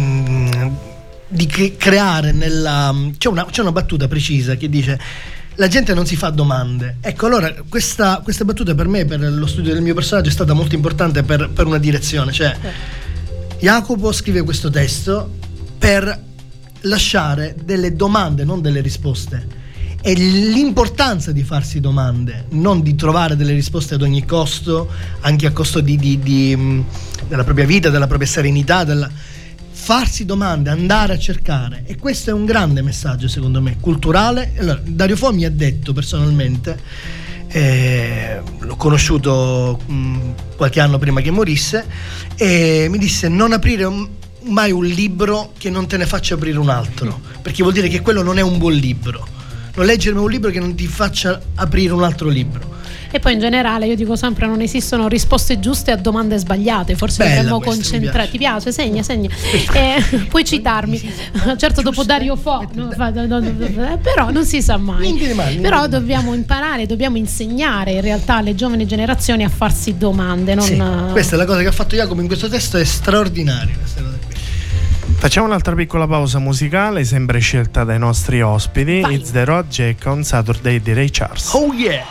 Speaker 5: creare c'è una battuta precisa che dice: la gente non si fa domande. Ecco, allora questa battuta per me, per lo studio del mio personaggio, è stata molto importante per una direzione, cioè Jacopo scrive questo testo per lasciare delle domande, non delle risposte, e l'importanza di farsi domande, non di trovare delle risposte ad ogni costo, anche a costo della propria vita, della propria serenità, farsi domande, andare a cercare. E questo è un grande messaggio, secondo me, culturale. Allora, Dario Fo mi ha detto personalmente, l'ho conosciuto qualche anno prima che morisse, e mi disse: non aprire mai un libro che non te ne faccia aprire un altro, perché vuol dire che quello non è un buon libro. Non leggere un libro che non ti faccia aprire un altro libro.
Speaker 3: E poi in generale io dico sempre non esistono risposte giuste a domande sbagliate, forse
Speaker 5: Bella
Speaker 3: dovremmo
Speaker 5: questa,
Speaker 3: concentrare. Ti piace? Segna. Puoi citarmi. Certo dopo Dario Fo, però non si sa mai. Però dobbiamo imparare, dobbiamo insegnare in realtà alle giovani generazioni a farsi domande.
Speaker 5: Sì, questa è la cosa che ha fatto Jacopo in questo testo, è straordinaria questa cosa qui.
Speaker 2: Facciamo un'altra piccola pausa musicale, sempre scelta dai nostri ospiti.
Speaker 3: Vai.
Speaker 2: It's the Road Jack on Saturday di Ray Charles.
Speaker 5: Oh yeah!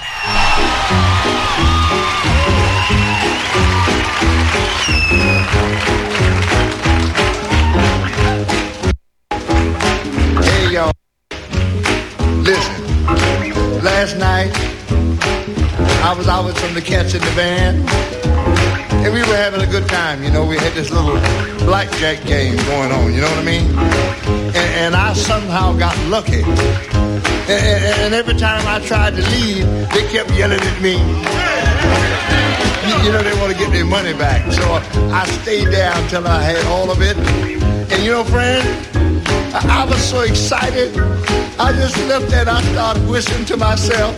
Speaker 8: Hey y'all, listen, last night I was out with some of the cats in the band and we were having a good time, you know. We had this little blackjack game going on, you know what I mean? And I somehow got lucky. And every time I tried to leave, they kept yelling at me. You know, they want to get their money back. So I stayed there until I had all of it. And you know, friend, I was so excited. I just left there and I started whistling to myself.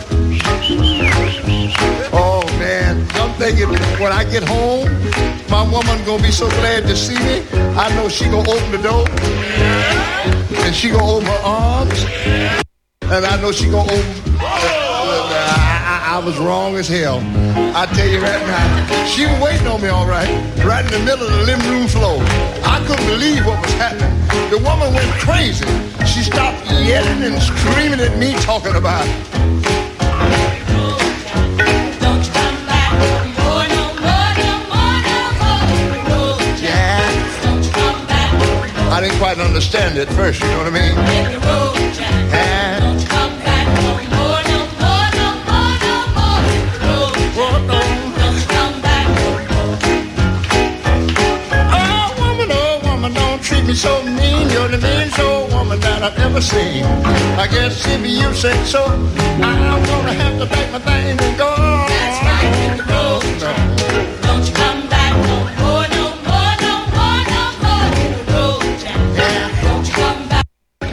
Speaker 8: Oh man, I'm thinking when I get home, my woman gonna be so glad to see me. I know she gonna open the door and she gonna open her arms, and I know she gonna open. I was wrong as hell. I tell you right now, she was waiting on me all right in the middle of the living room floor. I couldn't believe what was happening. The woman went crazy. She stopped yelling and screaming at me, talking about I didn't quite understand it at first, you know what I mean? And don't come back no more, no more, no more, no more. Don't come back no more. Oh woman, don't treat me so mean. You're the meanest old woman that I've ever seen. I guess if you say so, I'm gonna have to pack my things and go. That's right, hit the road. Don't you come back no more, no more, no more, no more. Hit the road, Jack. Yeah. Don't you come back.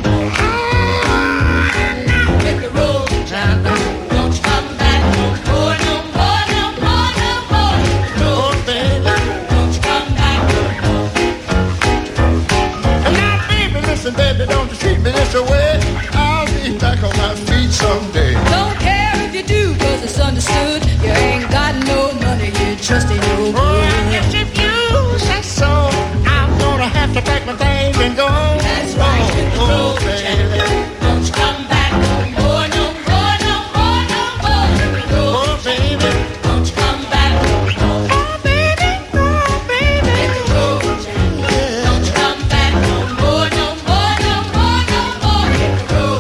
Speaker 8: Hit the road, Jack. Don't you come back no more, no more, no more, no more. Hit the road, baby. Don't you come back no more. And now, baby, listen, baby, don't you treat me this way. I'll be back on my feet someday.
Speaker 9: Don't care if you do, 'cause it's understood. You ain't got no money, you just ain't no good.
Speaker 8: Oh, I guess if you say so, I'm gonna have to pack my things and go.
Speaker 9: That's right, hit the road,
Speaker 8: baby.
Speaker 9: Don't you come back no more, no more, no more, no more. Hit the road,
Speaker 8: Oh, baby.
Speaker 9: don't you come back no more.
Speaker 8: Oh, baby. Oh, baby.
Speaker 9: Hit the road, don't you come back no more, no more, no more, no more. Hit the road,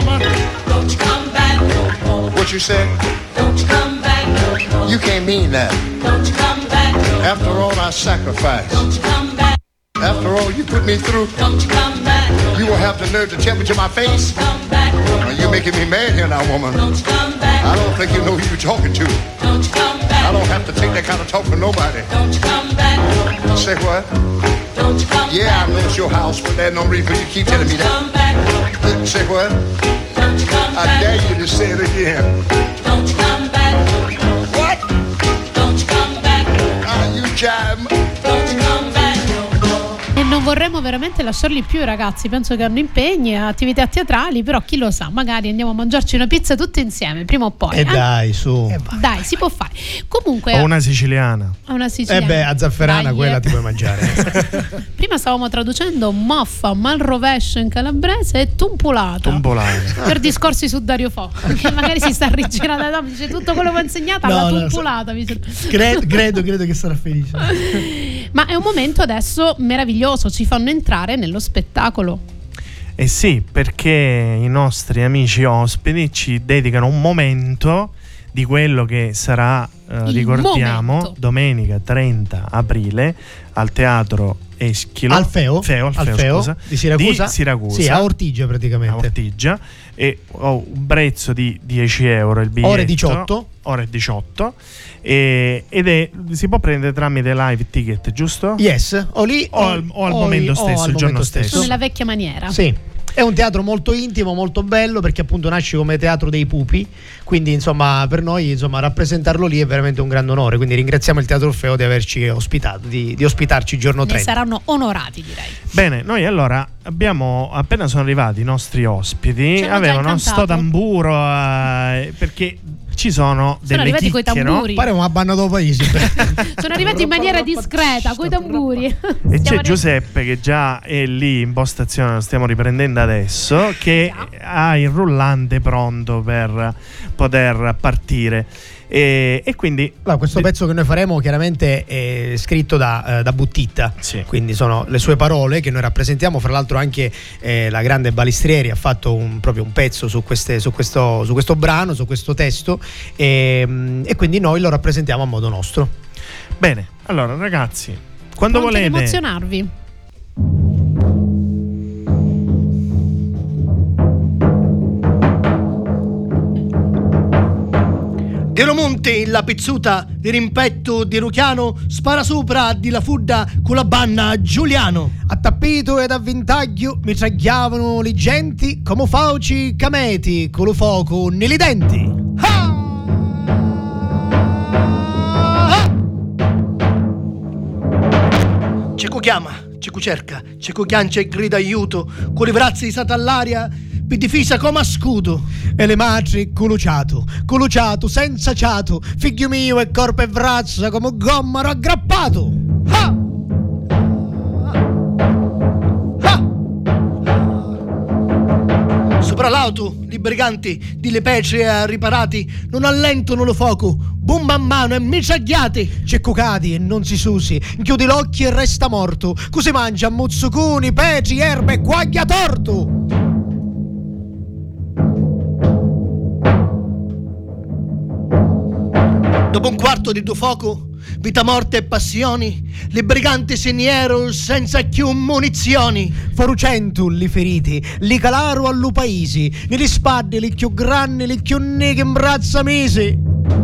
Speaker 9: don't you come back no more.
Speaker 8: What you said?
Speaker 9: Don't you come back no more.
Speaker 8: You can't mean that.
Speaker 9: Don't you come back no more.
Speaker 8: After all I sacrificed,
Speaker 9: Don't you come back.
Speaker 8: after all you put me through,
Speaker 9: Don't you come back.
Speaker 8: you will have the nerve to tell me to my face.
Speaker 9: Come back.
Speaker 8: Now, you're making me mad here now, woman.
Speaker 9: Don't you come back.
Speaker 8: I don't think you know who you're talking to.
Speaker 9: Don't you come back.
Speaker 8: I don't have to take that kind of talk from nobody.
Speaker 9: Don't you come back.
Speaker 8: Say what?
Speaker 9: Don't you come
Speaker 8: Yeah, I know it's your house, but there's no reason for you to keep telling me
Speaker 9: back.
Speaker 8: that.
Speaker 9: Come back.
Speaker 8: Say what?
Speaker 9: Don't you come
Speaker 8: I
Speaker 9: back.
Speaker 8: dare you to say it again.
Speaker 9: Don't you come back.
Speaker 8: What?
Speaker 9: Don't you come back.
Speaker 8: You jive.
Speaker 9: Don't you come back no more.
Speaker 3: E non vorremmo veramente lasciarli più i ragazzi, penso che hanno impegni e attività teatrali, però chi lo sa, magari andiamo a mangiarci una pizza tutti insieme prima o poi.
Speaker 4: E dai, su.
Speaker 3: Dai, si può fare. Comunque
Speaker 2: O una siciliana.
Speaker 3: una siciliana.
Speaker 4: A zafferana
Speaker 3: Dai,
Speaker 4: quella ti puoi mangiare.
Speaker 3: Prima stavamo traducendo moffa, malrovescio in calabrese e tumpolata.
Speaker 2: Tumpolata.
Speaker 3: Per discorsi su Dario Fo, che magari si sta rigirando, no, dice tutto quello che ho insegnato alla tumpolata.
Speaker 5: Credo che sarà felice.
Speaker 3: Ma è un momento adesso meraviglioso, ci fanno entrare nello spettacolo.
Speaker 2: Eh sì, perché i nostri amici ospiti ci dedicano un momento di quello che sarà, ricordiamo,
Speaker 3: momento.
Speaker 2: domenica 30 aprile al Teatro Eschilo.
Speaker 4: Alfeo,
Speaker 2: scusa,
Speaker 4: di Siracusa?
Speaker 2: Di Siracusa.
Speaker 4: Sì, a Ortigia praticamente.
Speaker 2: A Ortigia. E ho un prezzo di 10 euro il biglietto. Ore 18. Ed si può prendere tramite live ticket, giusto?
Speaker 4: Yes, o lì
Speaker 2: o al momento stesso, il giorno stesso.
Speaker 3: Nella vecchia maniera.
Speaker 4: Sì. È un teatro molto intimo, molto bello, perché appunto nasce come teatro dei pupi, quindi insomma per noi insomma rappresentarlo lì è veramente un grande onore, quindi ringraziamo il Teatro Orfeo di averci ospitato, di ospitarci il giorno 30.
Speaker 3: Ne saranno onorati, direi.
Speaker 2: Bene, noi allora abbiamo, appena sono arrivati i nostri ospiti,
Speaker 3: Ci hanno già
Speaker 2: avevano
Speaker 3: incantato.
Speaker 2: sto tamburo, perché ci sono delle
Speaker 3: arrivati coi
Speaker 2: chicche, no?
Speaker 3: tamburi.
Speaker 4: Pare un abbannato paese.
Speaker 3: Sono arrivati in maniera discreta, coi tamburi.
Speaker 2: E c'è Giuseppe che già è lì in postazione, lo stiamo riprendendo adesso, che ha il rullante pronto per poter partire. E quindi
Speaker 4: Allora, questo pezzo che noi faremo chiaramente è scritto da Buttitta,
Speaker 2: Sì.
Speaker 4: quindi sono le sue parole che noi rappresentiamo. Fra l'altro anche la grande Balistrieri ha fatto proprio un pezzo su questo brano, su questo testo, e quindi noi lo rappresentiamo a modo nostro.
Speaker 2: bene, allora ragazzi, quando
Speaker 3: Pronti ad
Speaker 2: volete
Speaker 3: emozionarvi.
Speaker 5: Di Romonte, la pizzuta di rimpetto di Ruchiano, spara sopra di la fudda con la banna Giuliano.
Speaker 4: A tappito ed a vintaglio mi tragliavano le genti come fauci cameti con lo fuoco negli denti.
Speaker 5: Ceco chiama, ceco cerca, ceco chiancia e grida aiuto, con le brazze isate all'aria, per difesa come a scudo.
Speaker 4: E le madri coluciato, senza ciato, figlio mio e corpo e braccia come gommaro aggrappato.
Speaker 5: Ah! Sopra l'auto, i briganti di le pece riparati non allentano lo fuoco, bomba a mano e miciagliati.
Speaker 4: C'è cucati e non si susi, chiudi l'occhio e resta morto, così mangia mozzuconi, peci, erbe e guaglia torto.
Speaker 5: Dopo un quarto di tuo fuoco, vita, morte e passioni, le briganti se niero senza più munizioni.
Speaker 4: Forucento li feriti, li calaro allo paesi, negli spaddi li più grandi, li più neghi in braccia mesi.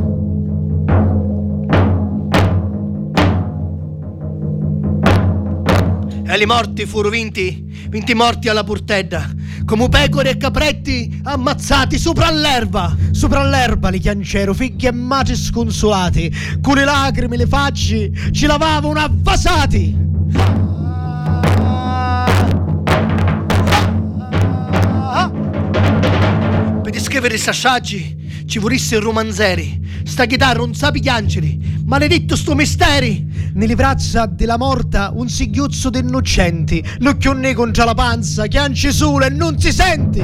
Speaker 5: E li morti furono vinti morti alla portedda, come pecore e capretti ammazzati sopra l'erba.
Speaker 4: Sopra l'erba li chiancero, figli e madri sconsolati, con le lacrime le facce ci lavavano avvasati.
Speaker 5: Per descrivere i sassaggi ci vorissero romanzeri, sta chitarra non sa piangere, maledetto sto misteri.
Speaker 4: Nelle braccia della morta un singhiozzo d'innocenti, l'occhio ne contro la panza, chiance solo e non si senti.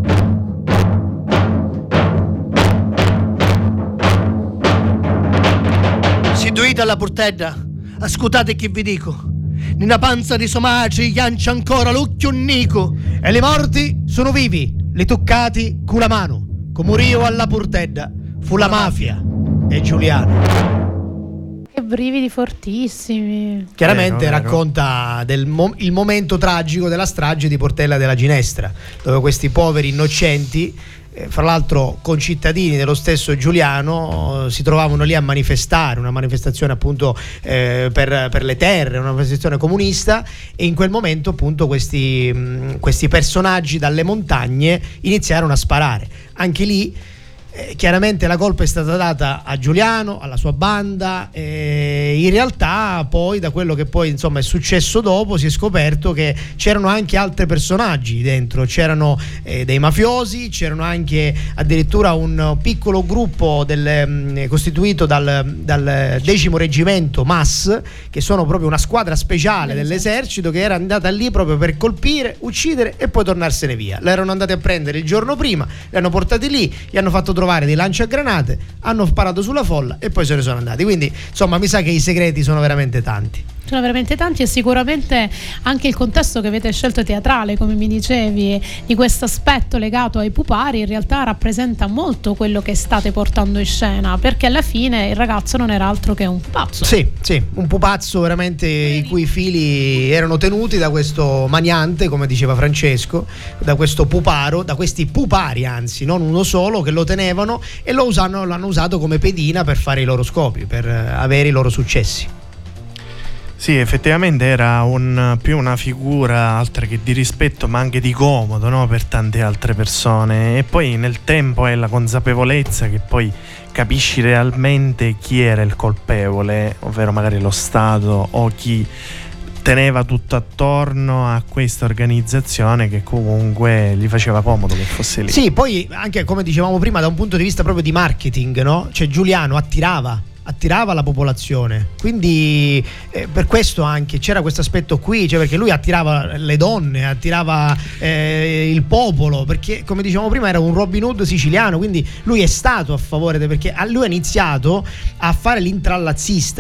Speaker 5: Seduite alla portedda, ascoltate che vi dico. Nella panza di somaci chiancia ancora l'occhio nico.
Speaker 4: E le morti sono vivi, li toccati con la mano. Come morio alla portedda fu la mafia e Giuliano.
Speaker 3: Che brividi fortissimi.
Speaker 4: Chiaramente
Speaker 2: Vero.
Speaker 4: racconta il momento tragico della strage di Portella della Ginestra, dove questi poveri innocenti, fra l'altro concittadini dello stesso Giuliano, si trovavano lì a manifestare, una manifestazione appunto per le terre, una manifestazione comunista, e in quel momento appunto questi personaggi dalle montagne iniziarono a sparare. Anche lì chiaramente la colpa è stata data a Giuliano, alla sua banda, in realtà poi da quello che poi insomma è successo dopo si è scoperto che c'erano anche altri personaggi dentro, c'erano dei mafiosi, c'erano anche addirittura un piccolo gruppo costituito dal 10° reggimento MAS, che sono proprio una squadra speciale dell'esercito che era andata lì proprio per colpire, uccidere e poi tornarsene via. L'erano andati a prendere il giorno prima, li hanno portati lì, gli hanno fatto trovare dei lanciagranate, hanno sparato sulla folla e poi se ne sono andati. Quindi insomma mi sa che i segreti sono veramente tanti.
Speaker 3: Sono veramente tanti, e sicuramente anche il contesto che avete scelto teatrale, come mi dicevi, di questo aspetto legato ai pupari, in realtà rappresenta molto quello che state portando in scena, perché alla fine il ragazzo non era altro che un pupazzo.
Speaker 4: Sì, un pupazzo veramente i cui fili erano tenuti da questo maniante, come diceva Francesco, da questo puparo, da questi pupari, anzi non uno solo, che lo tenevano e l'hanno usato come pedina per fare i loro scopi, per avere i loro successi.
Speaker 2: Sì, effettivamente era più una figura oltre che di rispetto, ma anche di comodo, no? Per tante altre persone. E poi nel tempo è la consapevolezza che poi capisci realmente chi era il colpevole, ovvero magari lo Stato o chi teneva tutto attorno a questa organizzazione che comunque gli faceva comodo che fosse lì.
Speaker 4: Sì, poi anche come dicevamo prima, da un punto di vista proprio di marketing, no? Cioè Giuliano attirava la popolazione, quindi per questo anche c'era questo aspetto qui, cioè perché lui attirava le donne, attirava il popolo, perché come dicevamo prima era un Robin Hood siciliano, quindi lui è stato a favore perché lui ha iniziato a fare l'intrallazzista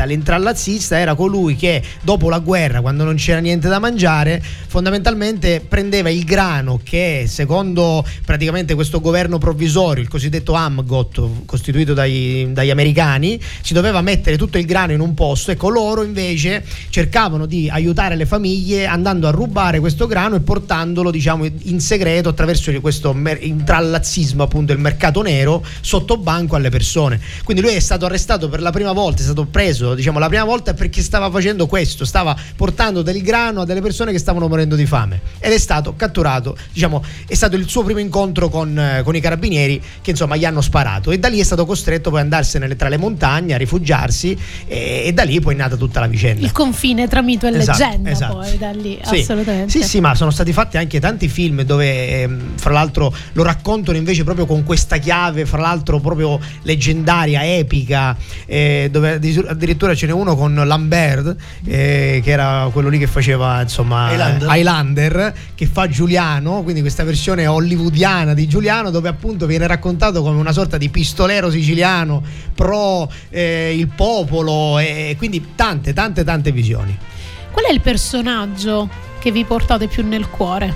Speaker 4: era colui che dopo la guerra, quando non c'era niente da mangiare, fondamentalmente prendeva il grano che secondo praticamente questo governo provvisorio, il cosiddetto AMGOT, costituito dagli americani, si doveva mettere tutto il grano in un posto. Ecco, loro invece cercavano di aiutare le famiglie andando a rubare questo grano e portandolo, diciamo, in segreto attraverso questo intrallazzismo, appunto il mercato nero, sotto banco alle persone. Quindi lui è stato arrestato per la prima volta, è stato preso, diciamo, la prima volta perché stava facendo questo, stava portando del grano a delle persone che stavano morendo di fame, ed è stato catturato, diciamo, è stato il suo primo incontro con i carabinieri che insomma gli hanno sparato, e da lì è stato costretto poi ad andarsene tra le montagne a rifugiarsi, e da lì poi è nata tutta la vicenda.
Speaker 3: Il confine tra mito e leggenda,
Speaker 4: esatto.
Speaker 3: Poi da lì,
Speaker 4: sì.
Speaker 3: assolutamente.
Speaker 4: Sì, ma sono stati fatti anche tanti film dove fra l'altro lo raccontano invece proprio con questa chiave, fra l'altro proprio leggendaria, epica, dove addirittura ce n'è uno con Lambert, che era quello lì che faceva insomma Highlander, che fa Giuliano, quindi questa versione hollywoodiana di Giuliano, dove appunto viene raccontato come una sorta di pistolero siciliano pro il popolo, e quindi tante visioni.
Speaker 3: Qual è il personaggio che vi portate più nel cuore?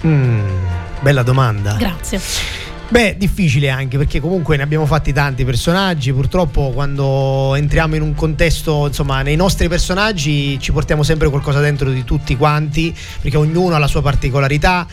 Speaker 4: Bella domanda.
Speaker 3: Grazie.
Speaker 4: Beh, difficile anche perché comunque ne abbiamo fatti tanti personaggi. Purtroppo quando entriamo in un contesto, insomma, nei nostri personaggi ci portiamo sempre qualcosa dentro di tutti quanti, perché ognuno ha la sua particolarità.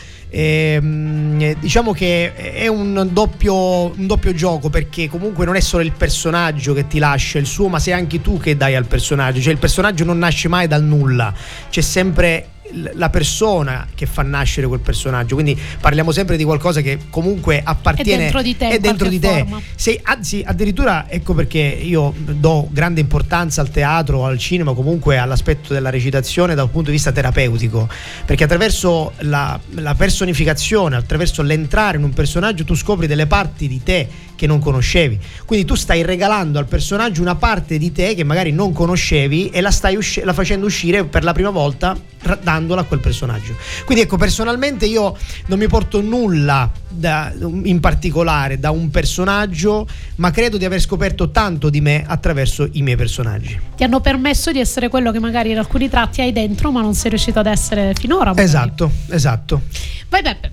Speaker 4: Diciamo che è un doppio gioco, perché comunque non è solo il personaggio che ti lascia il suo, ma sei anche tu che dai al personaggio. Cioè il personaggio non nasce mai dal nulla, c'è sempre la persona che fa nascere quel personaggio, quindi parliamo sempre di qualcosa che comunque appartiene,
Speaker 3: è dentro di te,
Speaker 4: anzi addirittura, ecco perché io do grande importanza al teatro, al cinema, comunque all'aspetto della recitazione dal punto di vista terapeutico, perché attraverso la personificazione, attraverso l'entrare in un personaggio, tu scopri delle parti di te che non conoscevi, quindi tu stai regalando al personaggio una parte di te che magari non conoscevi e la stai la facendo uscire per la prima volta, dandola a quel personaggio. Quindi ecco, personalmente io non mi porto nulla in particolare da un personaggio, ma credo di aver scoperto tanto di me attraverso i miei personaggi.
Speaker 3: Ti hanno permesso di essere quello che magari in alcuni tratti hai dentro ma non sei riuscito ad essere finora.
Speaker 4: Esatto.
Speaker 3: Vai Peppe.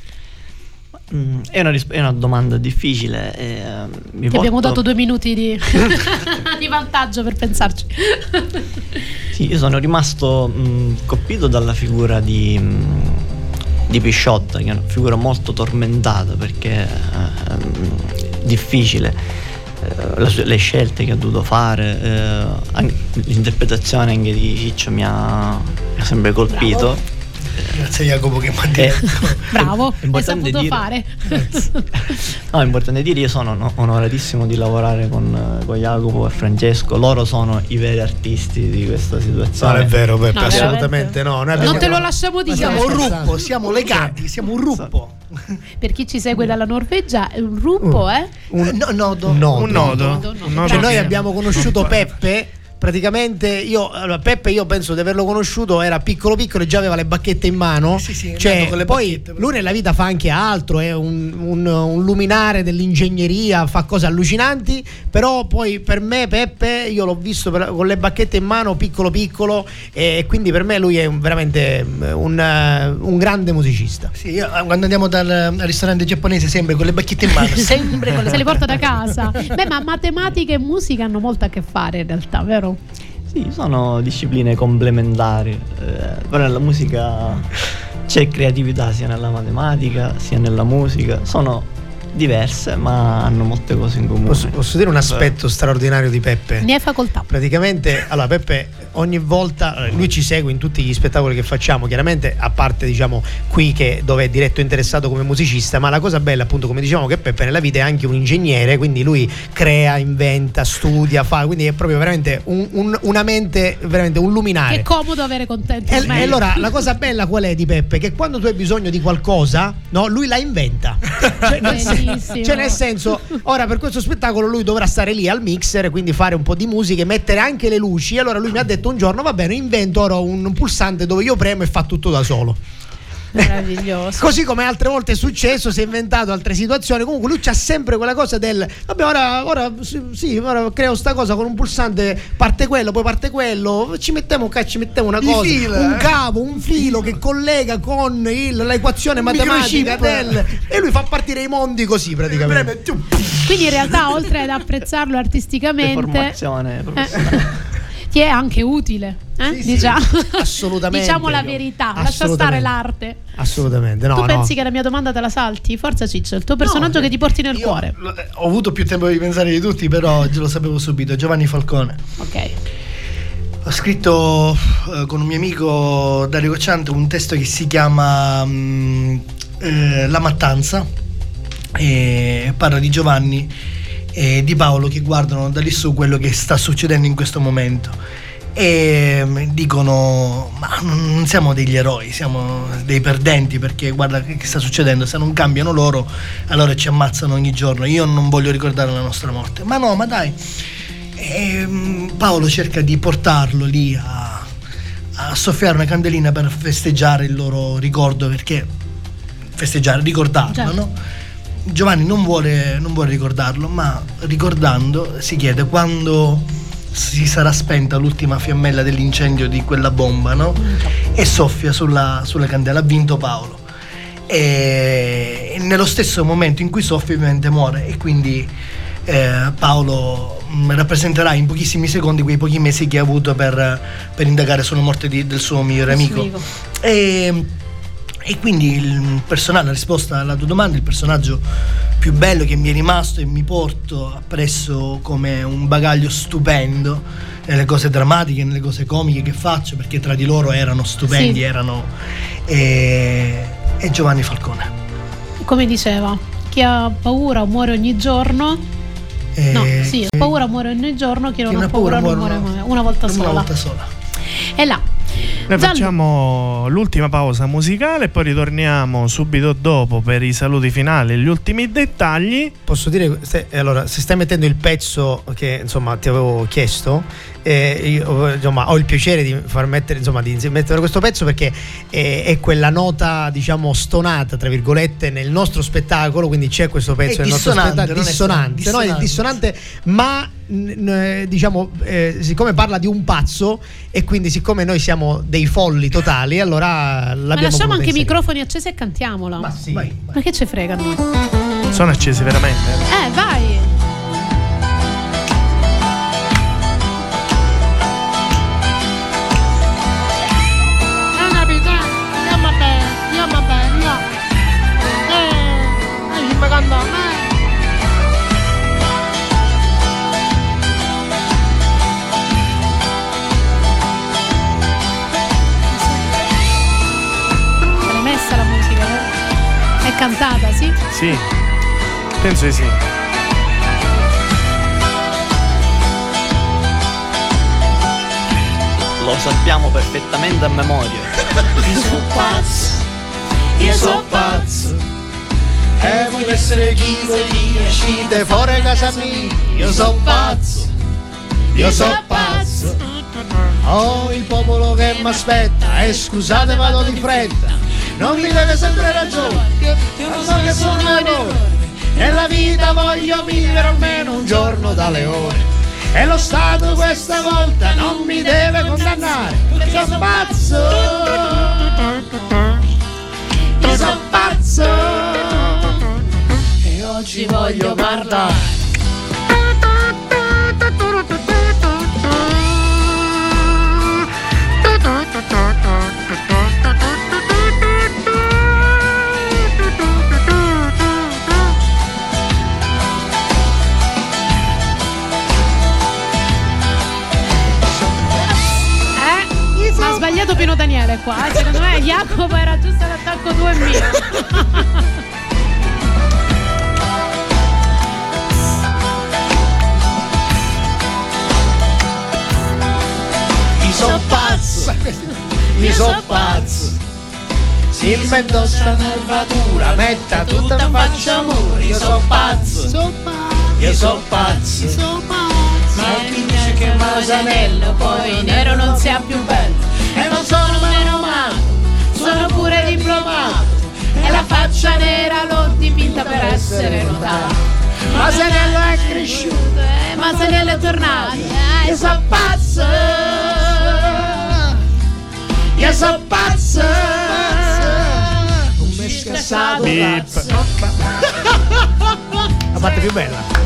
Speaker 7: È una domanda difficile.
Speaker 3: Ti abbiamo dato 2 minuti di vantaggio per pensarci.
Speaker 7: Sì, io sono rimasto colpito dalla figura di Pisciotta, che è una figura molto tormentata perché difficile, le scelte che ha dovuto fare, l'interpretazione anche di Ciccio mi ha sempre colpito.
Speaker 3: Bravo.
Speaker 5: Grazie a Jacopo che mi ha detto.
Speaker 3: Bravo, hai saputo fare.
Speaker 7: No, è importante dire, io sono onoratissimo di lavorare con Jacopo e Francesco. Loro sono i veri artisti di questa situazione.
Speaker 4: Non è vero, Peppe,
Speaker 3: No,
Speaker 4: assolutamente no.
Speaker 3: Non te lo lasciamo dire.
Speaker 5: Siamo un ruppo, siamo legati, siamo un ruppo.
Speaker 3: Per chi ci segue dalla Norvegia, è un ruppo,
Speaker 5: Un nodo.
Speaker 2: Un nodo.
Speaker 4: Cioè noi abbiamo conosciuto Peppe. Praticamente Peppe, io penso di averlo conosciuto, era piccolo e già aveva le bacchette in mano.
Speaker 5: Sì,
Speaker 4: cioè,
Speaker 5: con le
Speaker 4: poi
Speaker 5: bacchette,
Speaker 4: lui nella vita fa anche altro, è un luminare dell'ingegneria, fa cose allucinanti, però poi per me Peppe, io l'ho visto con le bacchette in mano, piccolo, e quindi per me lui è veramente un grande musicista.
Speaker 5: Sì, io quando andiamo al ristorante giapponese sempre con le bacchette in mano, sempre con le
Speaker 3: se li porta da casa. Beh, ma matematica e musica hanno molto a che fare in realtà, vero?
Speaker 7: Sì, sono discipline complementari, però nella musica c'è creatività sia nella matematica sia nella musica, sono diverse, ma hanno molte cose in comune.
Speaker 4: Posso dire un aspetto straordinario di Peppe?
Speaker 3: Ne hai facoltà.
Speaker 4: Praticamente, allora Peppe ogni volta, lui ci segue in tutti gli spettacoli che facciamo, chiaramente a parte diciamo qui dove è diretto interessato come musicista, ma la cosa bella appunto come dicevamo che Peppe nella vita è anche un ingegnere, quindi lui crea, inventa, studia, fa, quindi è proprio veramente una mente, veramente un luminare.
Speaker 3: Che comodo avere contento.
Speaker 4: E allora la cosa bella qual è di Peppe? Che quando tu hai bisogno di qualcosa, no, lui la inventa. Cioè nel senso, ora per questo spettacolo lui dovrà stare lì al mixer, quindi fare un po' di musica e mettere anche le luci. Allora lui mi ha detto un giorno: va bene, invento ora un pulsante dove io premo e fa tutto da solo.
Speaker 3: Meraviglioso.
Speaker 4: Così come altre volte è successo, si è inventato altre situazioni. Comunque lui c'ha sempre quella cosa del vabbè, ora creo sta cosa con un pulsante, parte quello, poi parte quello, ci mettiamo una cosa, un cavo, un filo che collega con l'equazione matematica e lui fa partire i mondi così praticamente.
Speaker 3: Quindi in realtà oltre ad apprezzarlo artisticamente,
Speaker 7: formazione professionale,
Speaker 3: ti è anche utile,
Speaker 4: Sì,
Speaker 3: diciamo.
Speaker 4: Assolutamente.
Speaker 3: Diciamo la verità, lascia stare l'arte.
Speaker 4: Assolutamente.
Speaker 3: Tu pensi che la mia domanda te la salti? Forza Ciccio, il tuo personaggio che ti porti nel cuore.
Speaker 5: Ho avuto più tempo di pensare di tutti, però lo sapevo subito. Giovanni Falcone.
Speaker 3: Ok.
Speaker 5: Ho scritto con un mio amico Dario Cocciante un testo che si chiama La mattanza, e parla di Giovanni e di Paolo che guardano da lì su quello che sta succedendo in questo momento e dicono: ma non siamo degli eroi, siamo dei perdenti, perché guarda che sta succedendo, se non cambiano loro allora ci ammazzano ogni giorno, io non voglio ricordare la nostra morte. Ma no, ma dai. E Paolo cerca di portarlo lì a soffiare una candelina per festeggiare il loro ricordo, perché ricordarlo, certo. No? Giovanni non vuole ricordarlo, ma ricordando si chiede quando si sarà spenta l'ultima fiammella dell'incendio di quella bomba, no? E soffia sulla candela. Ha vinto Paolo, e nello stesso momento in cui soffia ovviamente muore, e quindi Paolo rappresenterà in pochissimi secondi quei pochi mesi che ha avuto per indagare sulla morte del suo migliore amico. E quindi la risposta alla tua domanda, il personaggio più bello che mi è rimasto e mi porto appresso come un bagaglio stupendo nelle cose drammatiche, nelle cose comiche che faccio, perché tra di loro erano stupendi, sì. È Giovanni Falcone.
Speaker 3: Come diceva, chi ha paura muore ogni giorno. Ha paura muore ogni giorno, chi non ha paura non muore mai. Una volta sola. E là.
Speaker 2: Noi facciamo l'ultima pausa musicale e poi ritorniamo subito dopo per i saluti finali e gli ultimi dettagli.
Speaker 4: Posso dire, allora, se stai mettendo il pezzo che insomma ti avevo chiesto, io insomma ho il piacere di di mettere questo pezzo perché è quella nota, diciamo, stonata tra virgolette nel nostro spettacolo, quindi c'è questo pezzo nel nostro spettacolo dissonante, ma diciamo siccome parla di un pazzo e quindi siccome noi siamo dei folli totali, allora l'abbiamo.
Speaker 3: Ma lasciamo anche i microfoni accesi e cantiamola.
Speaker 4: Ma sì,
Speaker 3: vai. Ma che ci frega noi?
Speaker 2: Sono accesi veramente?
Speaker 3: Vai. Cantata, sì?
Speaker 2: Sì, penso di sì.
Speaker 7: Lo sappiamo perfettamente a memoria.
Speaker 8: Io so pazzo, e voglio essere chi uscite fuori casa mia. Io so pazzo, oh, il popolo che mi aspetta, e scusate vado di fretta, non mi deve sempre ragione, io so che sono un errore, nella vita voglio vivere almeno un giorno da leone, e lo Stato questa volta non mi deve condannare, io sono pazzo, e oggi voglio parlare.
Speaker 3: sbagliato Pino Daniele qua, secondo me Jacopo era giusto all'attacco tuo e mio.
Speaker 4: Mi so pazzo. Si inventò sta nervatura, metta tutta in faccia muri. Io so pazzo, io so pazzo. Ma mi dice che Masanello poi nero non sia più bello. E non sono menomato, sono pure diplomato. E la faccia nera l'ho dipinta per essere notato. Masanello è cresciuto, Masanello è tornato. Io so pazzo, io so pazzo. Un me scassato pazzo. La parte più bella.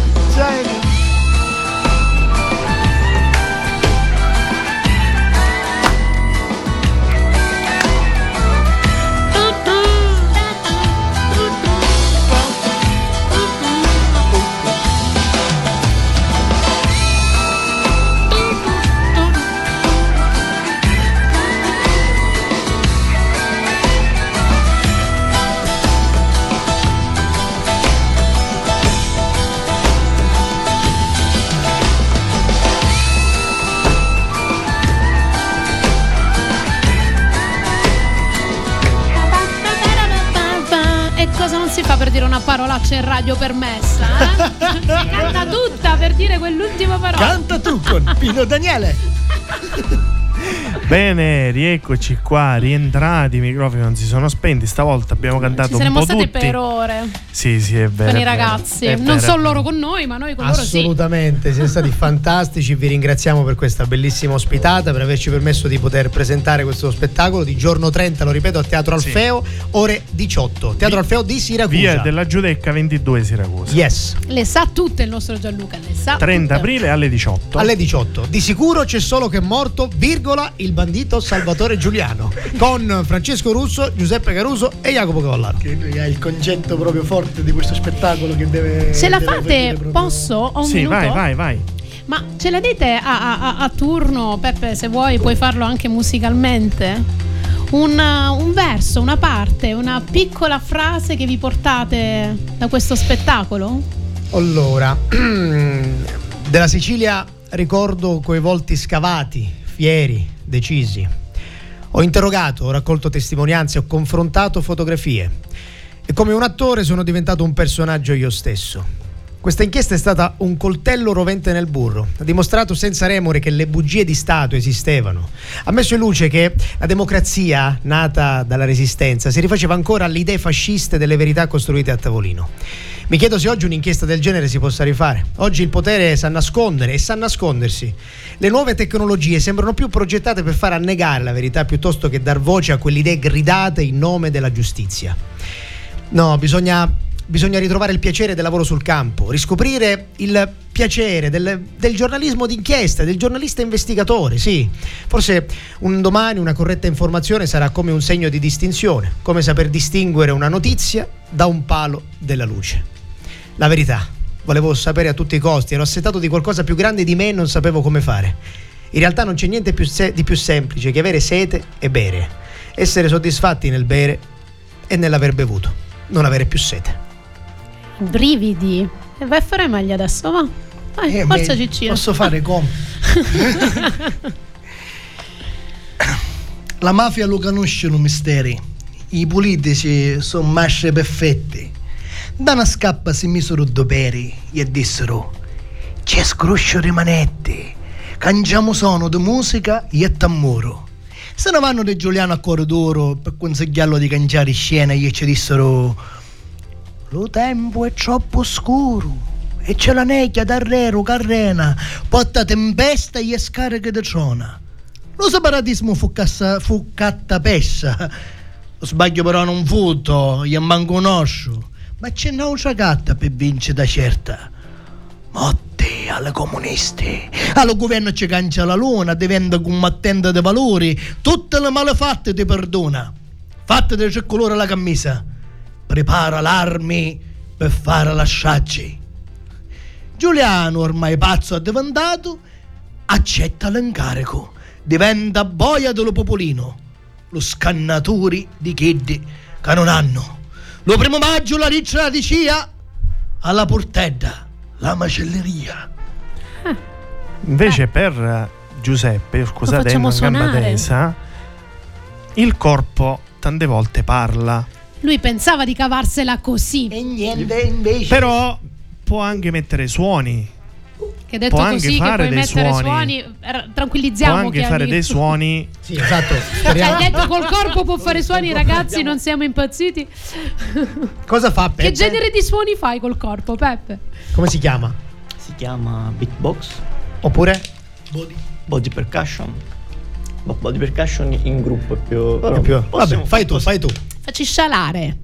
Speaker 3: Si fa per dire una parolaccia in radio permessa, eh? Canta tutta per dire quell'ultima parola.
Speaker 5: Canta tu con Pino Daniele.
Speaker 2: Bene, rieccoci qua, rientrati, i microfoni non si sono spenti, stavolta abbiamo cantato un po' tutti.
Speaker 3: Saremmo stati per ore.
Speaker 2: Sì, è vero.
Speaker 3: Con i ragazzi, non solo loro con noi, ma noi con loro sì.
Speaker 4: Assolutamente, siete stati fantastici, vi ringraziamo per questa bellissima ospitata, per averci permesso di poter presentare questo spettacolo di giorno 30, lo ripeto, a Teatro Alfeo, ore 18. Teatro Alfeo di Siracusa.
Speaker 2: Via della Giudecca 22 Siracusa.
Speaker 4: Yes.
Speaker 3: Le sa tutte il nostro Gianluca, le sa
Speaker 2: 30
Speaker 3: tutte.
Speaker 2: aprile alle 18.
Speaker 4: Alle 18. Di sicuro c'è solo che è morto, virgola, il bandito Salvatore Giuliano, con Francesco Russo, Giuseppe Caruso e Jacopo Cavallaro.
Speaker 5: Che lui ha il concetto proprio forte di questo spettacolo che deve.
Speaker 3: Se la
Speaker 5: deve
Speaker 3: fate,
Speaker 5: proprio...
Speaker 3: posso? Ho un
Speaker 2: sì,
Speaker 3: minuto?
Speaker 2: vai.
Speaker 3: Ma ce la dite a turno, Peppe, se vuoi puoi farlo anche musicalmente? Un verso, una parte, una piccola frase che vi portate da questo spettacolo?
Speaker 4: Allora, della Sicilia ricordo quei volti scavati, fieri, decisi. Ho interrogato, ho raccolto testimonianze, ho confrontato fotografie e come un attore sono diventato un personaggio io stesso. Questa inchiesta è stata un coltello rovente nel burro, ha dimostrato senza remore che le bugie di Stato esistevano, ha messo in luce che la democrazia nata dalla resistenza si rifaceva ancora alle idee fasciste delle verità costruite a tavolino. Mi chiedo se oggi un'inchiesta del genere si possa rifare. Oggi il potere sa nascondere e sa nascondersi. Le nuove tecnologie sembrano più progettate per far annegare la verità piuttosto che dar voce a quelle idee gridate in nome della giustizia. No, bisogna ritrovare il piacere del lavoro sul campo, riscoprire il piacere del giornalismo d'inchiesta, del giornalista investigatore, sì. Forse un domani una corretta informazione sarà come un segno di distinzione, come saper distinguere una notizia da un palo della luce. La verità, volevo sapere a tutti i costi, ero assetato di qualcosa più grande di me e non sapevo come fare. In realtà non c'è niente di più semplice che avere sete e bere, essere soddisfatti nel bere e nell'aver bevuto, non avere più sete.
Speaker 3: Brividi. E vai a fare meglio adesso, va. Vai, forza Ciccino.
Speaker 5: Posso fare come? La mafia lo conoscono misteri. I politici sono masce perfetti. Da una scappa si misero doperi e dissero: c'è scruscio rimanetti, cangiamo sono di musica e tammuro. Se ne vanno di Giuliano a cuore d'oro per consigliarlo di cangiare scena e ci dissero: lo tempo è troppo scuro e c'è la nebbia d'arrero carrena, porta tempesta e scarica di trona. Lo separatismo fu cattapessa. Lo sbaglio però non fu, io manco conosco. Ma c'è un'altra gatta per vincere da certa. Motti alle comunisti. Allo governo ci cancia la luna, diventa combattente dei valori. Tutte le malefatte ti perdona. Fatte di tre colore la camisa. Prepara l'armi per fare lasciaggi. Giuliano, ormai pazzo è diventato, accetta l'incarico diventa boia dello popolino, lo scannaturi di chiddi che non hanno. Lo 1 maggio la riccia di cia alla portetta, la macelleria.
Speaker 2: Invece per Giuseppe, scusate,
Speaker 3: facciamo
Speaker 2: in gamba
Speaker 3: suonare.
Speaker 2: tesa, il corpo tante volte parla,
Speaker 3: Lui pensava di cavarsela così.
Speaker 5: E niente invece.
Speaker 2: però può anche mettere suoni,
Speaker 3: Che detto
Speaker 2: può anche
Speaker 3: così, che
Speaker 2: fare
Speaker 3: puoi
Speaker 2: dei
Speaker 3: mettere
Speaker 2: suoni.
Speaker 3: suoni, tranquillizziamo
Speaker 2: può anche
Speaker 3: chi
Speaker 2: fare
Speaker 3: amico.
Speaker 2: dei suoni.
Speaker 4: Sì, esatto.
Speaker 3: Cioè,
Speaker 4: Speriamo.
Speaker 3: hai detto col corpo può fare suoni, ragazzi, non siamo impazziti.
Speaker 4: Cosa fa Peppe?
Speaker 3: Che genere di suoni fai col corpo, Peppe?
Speaker 4: Come si chiama?
Speaker 7: Si chiama beatbox,
Speaker 4: Oppure?
Speaker 7: body percussion. Body percussion in gruppo è più. però
Speaker 4: Vabbè,
Speaker 7: possiamo-
Speaker 4: fai tu.
Speaker 3: Facci scialare.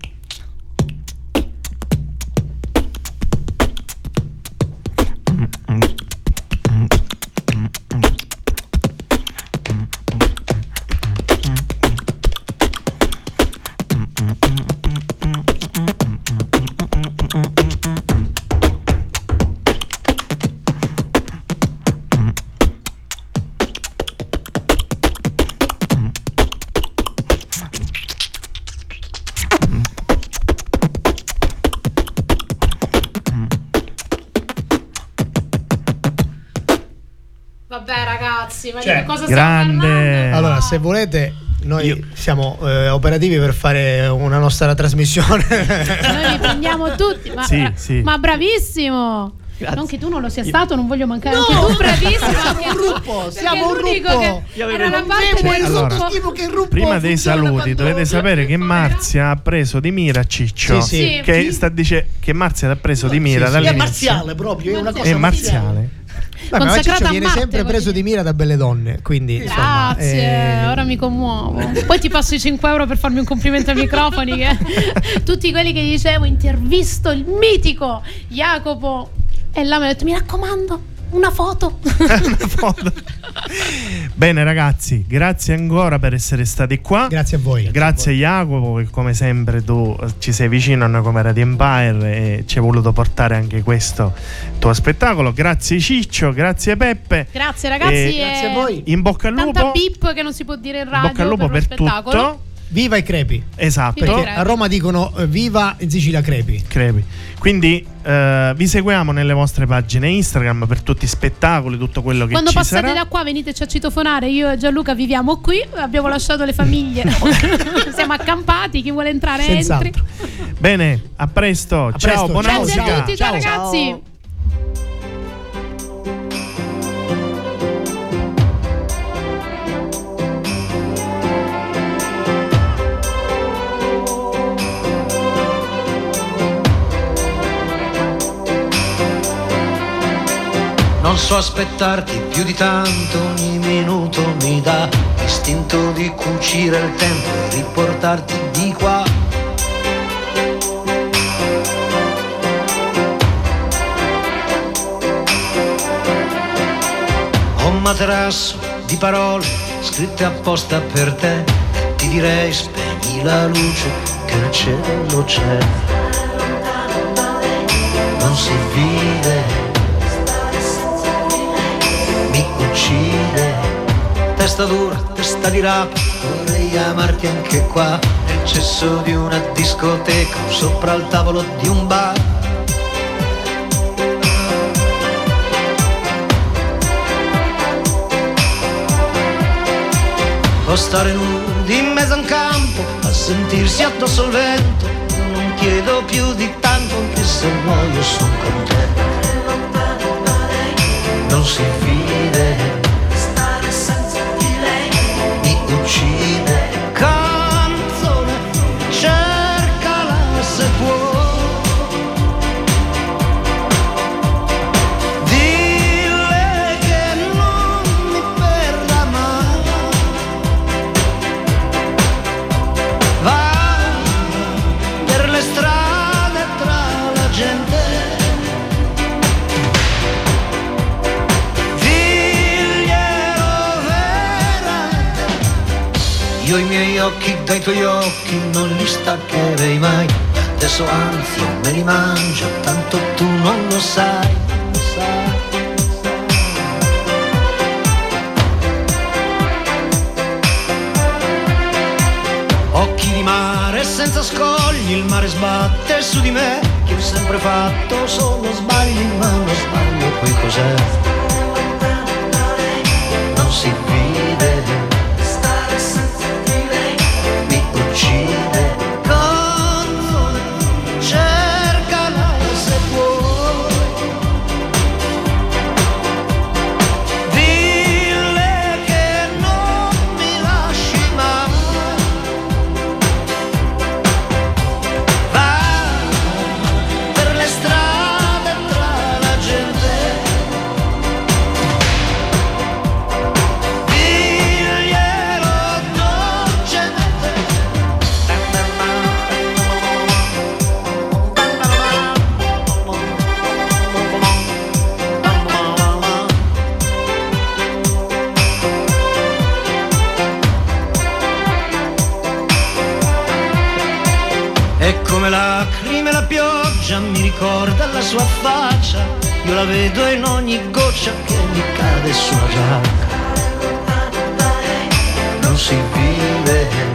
Speaker 3: Vabbè ragazzi, ma di che cosa
Speaker 2: grande.
Speaker 3: stiamo parlando?
Speaker 4: Allora, se volete, noi siamo operativi per fare una nostra trasmissione.
Speaker 3: Noi li prendiamo tutti, ma,
Speaker 2: Sì.
Speaker 3: ma bravissimo.
Speaker 7: Grazie.
Speaker 3: Non che tu non lo sia stato, non voglio mancare anche tu, bravissimo.
Speaker 4: siamo un gruppo, siamo un
Speaker 3: l'unico
Speaker 4: gruppo.
Speaker 3: che era la parte del
Speaker 2: Allora,
Speaker 3: gruppo.
Speaker 2: Prima dei saluti dovete sapere che Marzia ha preso di mira Ciccio,
Speaker 4: Sì,
Speaker 3: sì.
Speaker 2: che sta dice che Marzia l'ha preso di mira
Speaker 4: sì,
Speaker 5: È
Speaker 2: dall'inizio.
Speaker 5: marziale proprio, è una cosa
Speaker 2: È marziale.
Speaker 4: Vabbè, ma
Speaker 3: Consacrata
Speaker 4: Ciccio
Speaker 3: a
Speaker 4: viene
Speaker 3: Marte,
Speaker 4: sempre
Speaker 3: voglio
Speaker 4: preso
Speaker 3: dire.
Speaker 4: di mira da belle donne, quindi insomma,
Speaker 3: Grazie, ora mi commuovo. Poi ti passo i 5 euro per farmi un complimento ai microfoni. Che tutti quelli che dicevo, intervisto il mitico Jacopo. E là mi ha detto: mi raccomando, una foto.
Speaker 2: Una foto. Bene ragazzi, grazie ancora per essere stati qua.
Speaker 4: Grazie a voi.
Speaker 2: Grazie Jacopo, che come sempre tu ci sei vicino a noi come Radio Empire e ci hai voluto portare anche questo tuo spettacolo. Grazie Ciccio, grazie Peppe.
Speaker 3: Grazie ragazzi.
Speaker 2: E
Speaker 5: Grazie a voi.
Speaker 2: in bocca al
Speaker 3: Tanta
Speaker 2: lupo.
Speaker 3: bip che non si può dire in
Speaker 2: In
Speaker 3: radio.
Speaker 2: bocca al lupo
Speaker 3: per lo
Speaker 2: per
Speaker 3: spettacolo.
Speaker 2: tutto.
Speaker 4: Viva i crepi.
Speaker 2: Esatto.
Speaker 3: Viva i
Speaker 4: Perché a Roma dicono viva in Sicilia crepi.
Speaker 2: Crepi. Quindi vi seguiamo nelle vostre pagine Instagram per tutti i spettacoli, tutto quello che
Speaker 3: Quando
Speaker 2: ci
Speaker 3: passate
Speaker 2: sarà.
Speaker 3: da qua veniteci a citofonare. Io e Gianluca viviamo qui, abbiamo lasciato le famiglie. Siamo accampati, chi vuole entrare
Speaker 4: Senz'altro.
Speaker 3: entri.
Speaker 2: Bene, a presto. Ciao,
Speaker 4: presto,
Speaker 2: buona
Speaker 4: ciao,
Speaker 3: Grazie
Speaker 2: musica.
Speaker 3: a tutti, ciao ragazzi.
Speaker 1: Non so aspettarti più di tanto, ogni minuto mi dà l'istinto di cucire il tempo e riportarti di qua. Ho un materasso di parole scritte apposta per te, ti direi spegni la luce che il cielo c'è. Non si vide, mi uccide, testa dura, testa di rapa, vorrei amarti anche qua, nel cesso di una discoteca, sopra il tavolo di un bar. O stare nudi in mezzo a un campo, a sentirsi addosso al vento, non chiedo più di tanto, anche se muoio son contento. Non si fide, stare senza di lei mi uccide. Canzone, cercala se può. Dille che non mi perda mai. Va per le strade tra la gente. Io i miei occhi dai tuoi occhi non li staccherei mai. Adesso anzi me li mangio, tanto tu non lo sai, non lo sai. mare senza scogli, il mare sbatte su di me, che ho sempre fatto solo sbagli, ma lo sbaglio poi cos'è? Non si vive, mi uccide, canzone, cercala se puoi, dille che non mi lasci mai. Va per le strade tra la gente, diglielo dolcemente. E come lacrime la pioggia mi ricorda la sua faccia, io la vedo in ogni goccia che mi cade sulla giacca. Non si vive,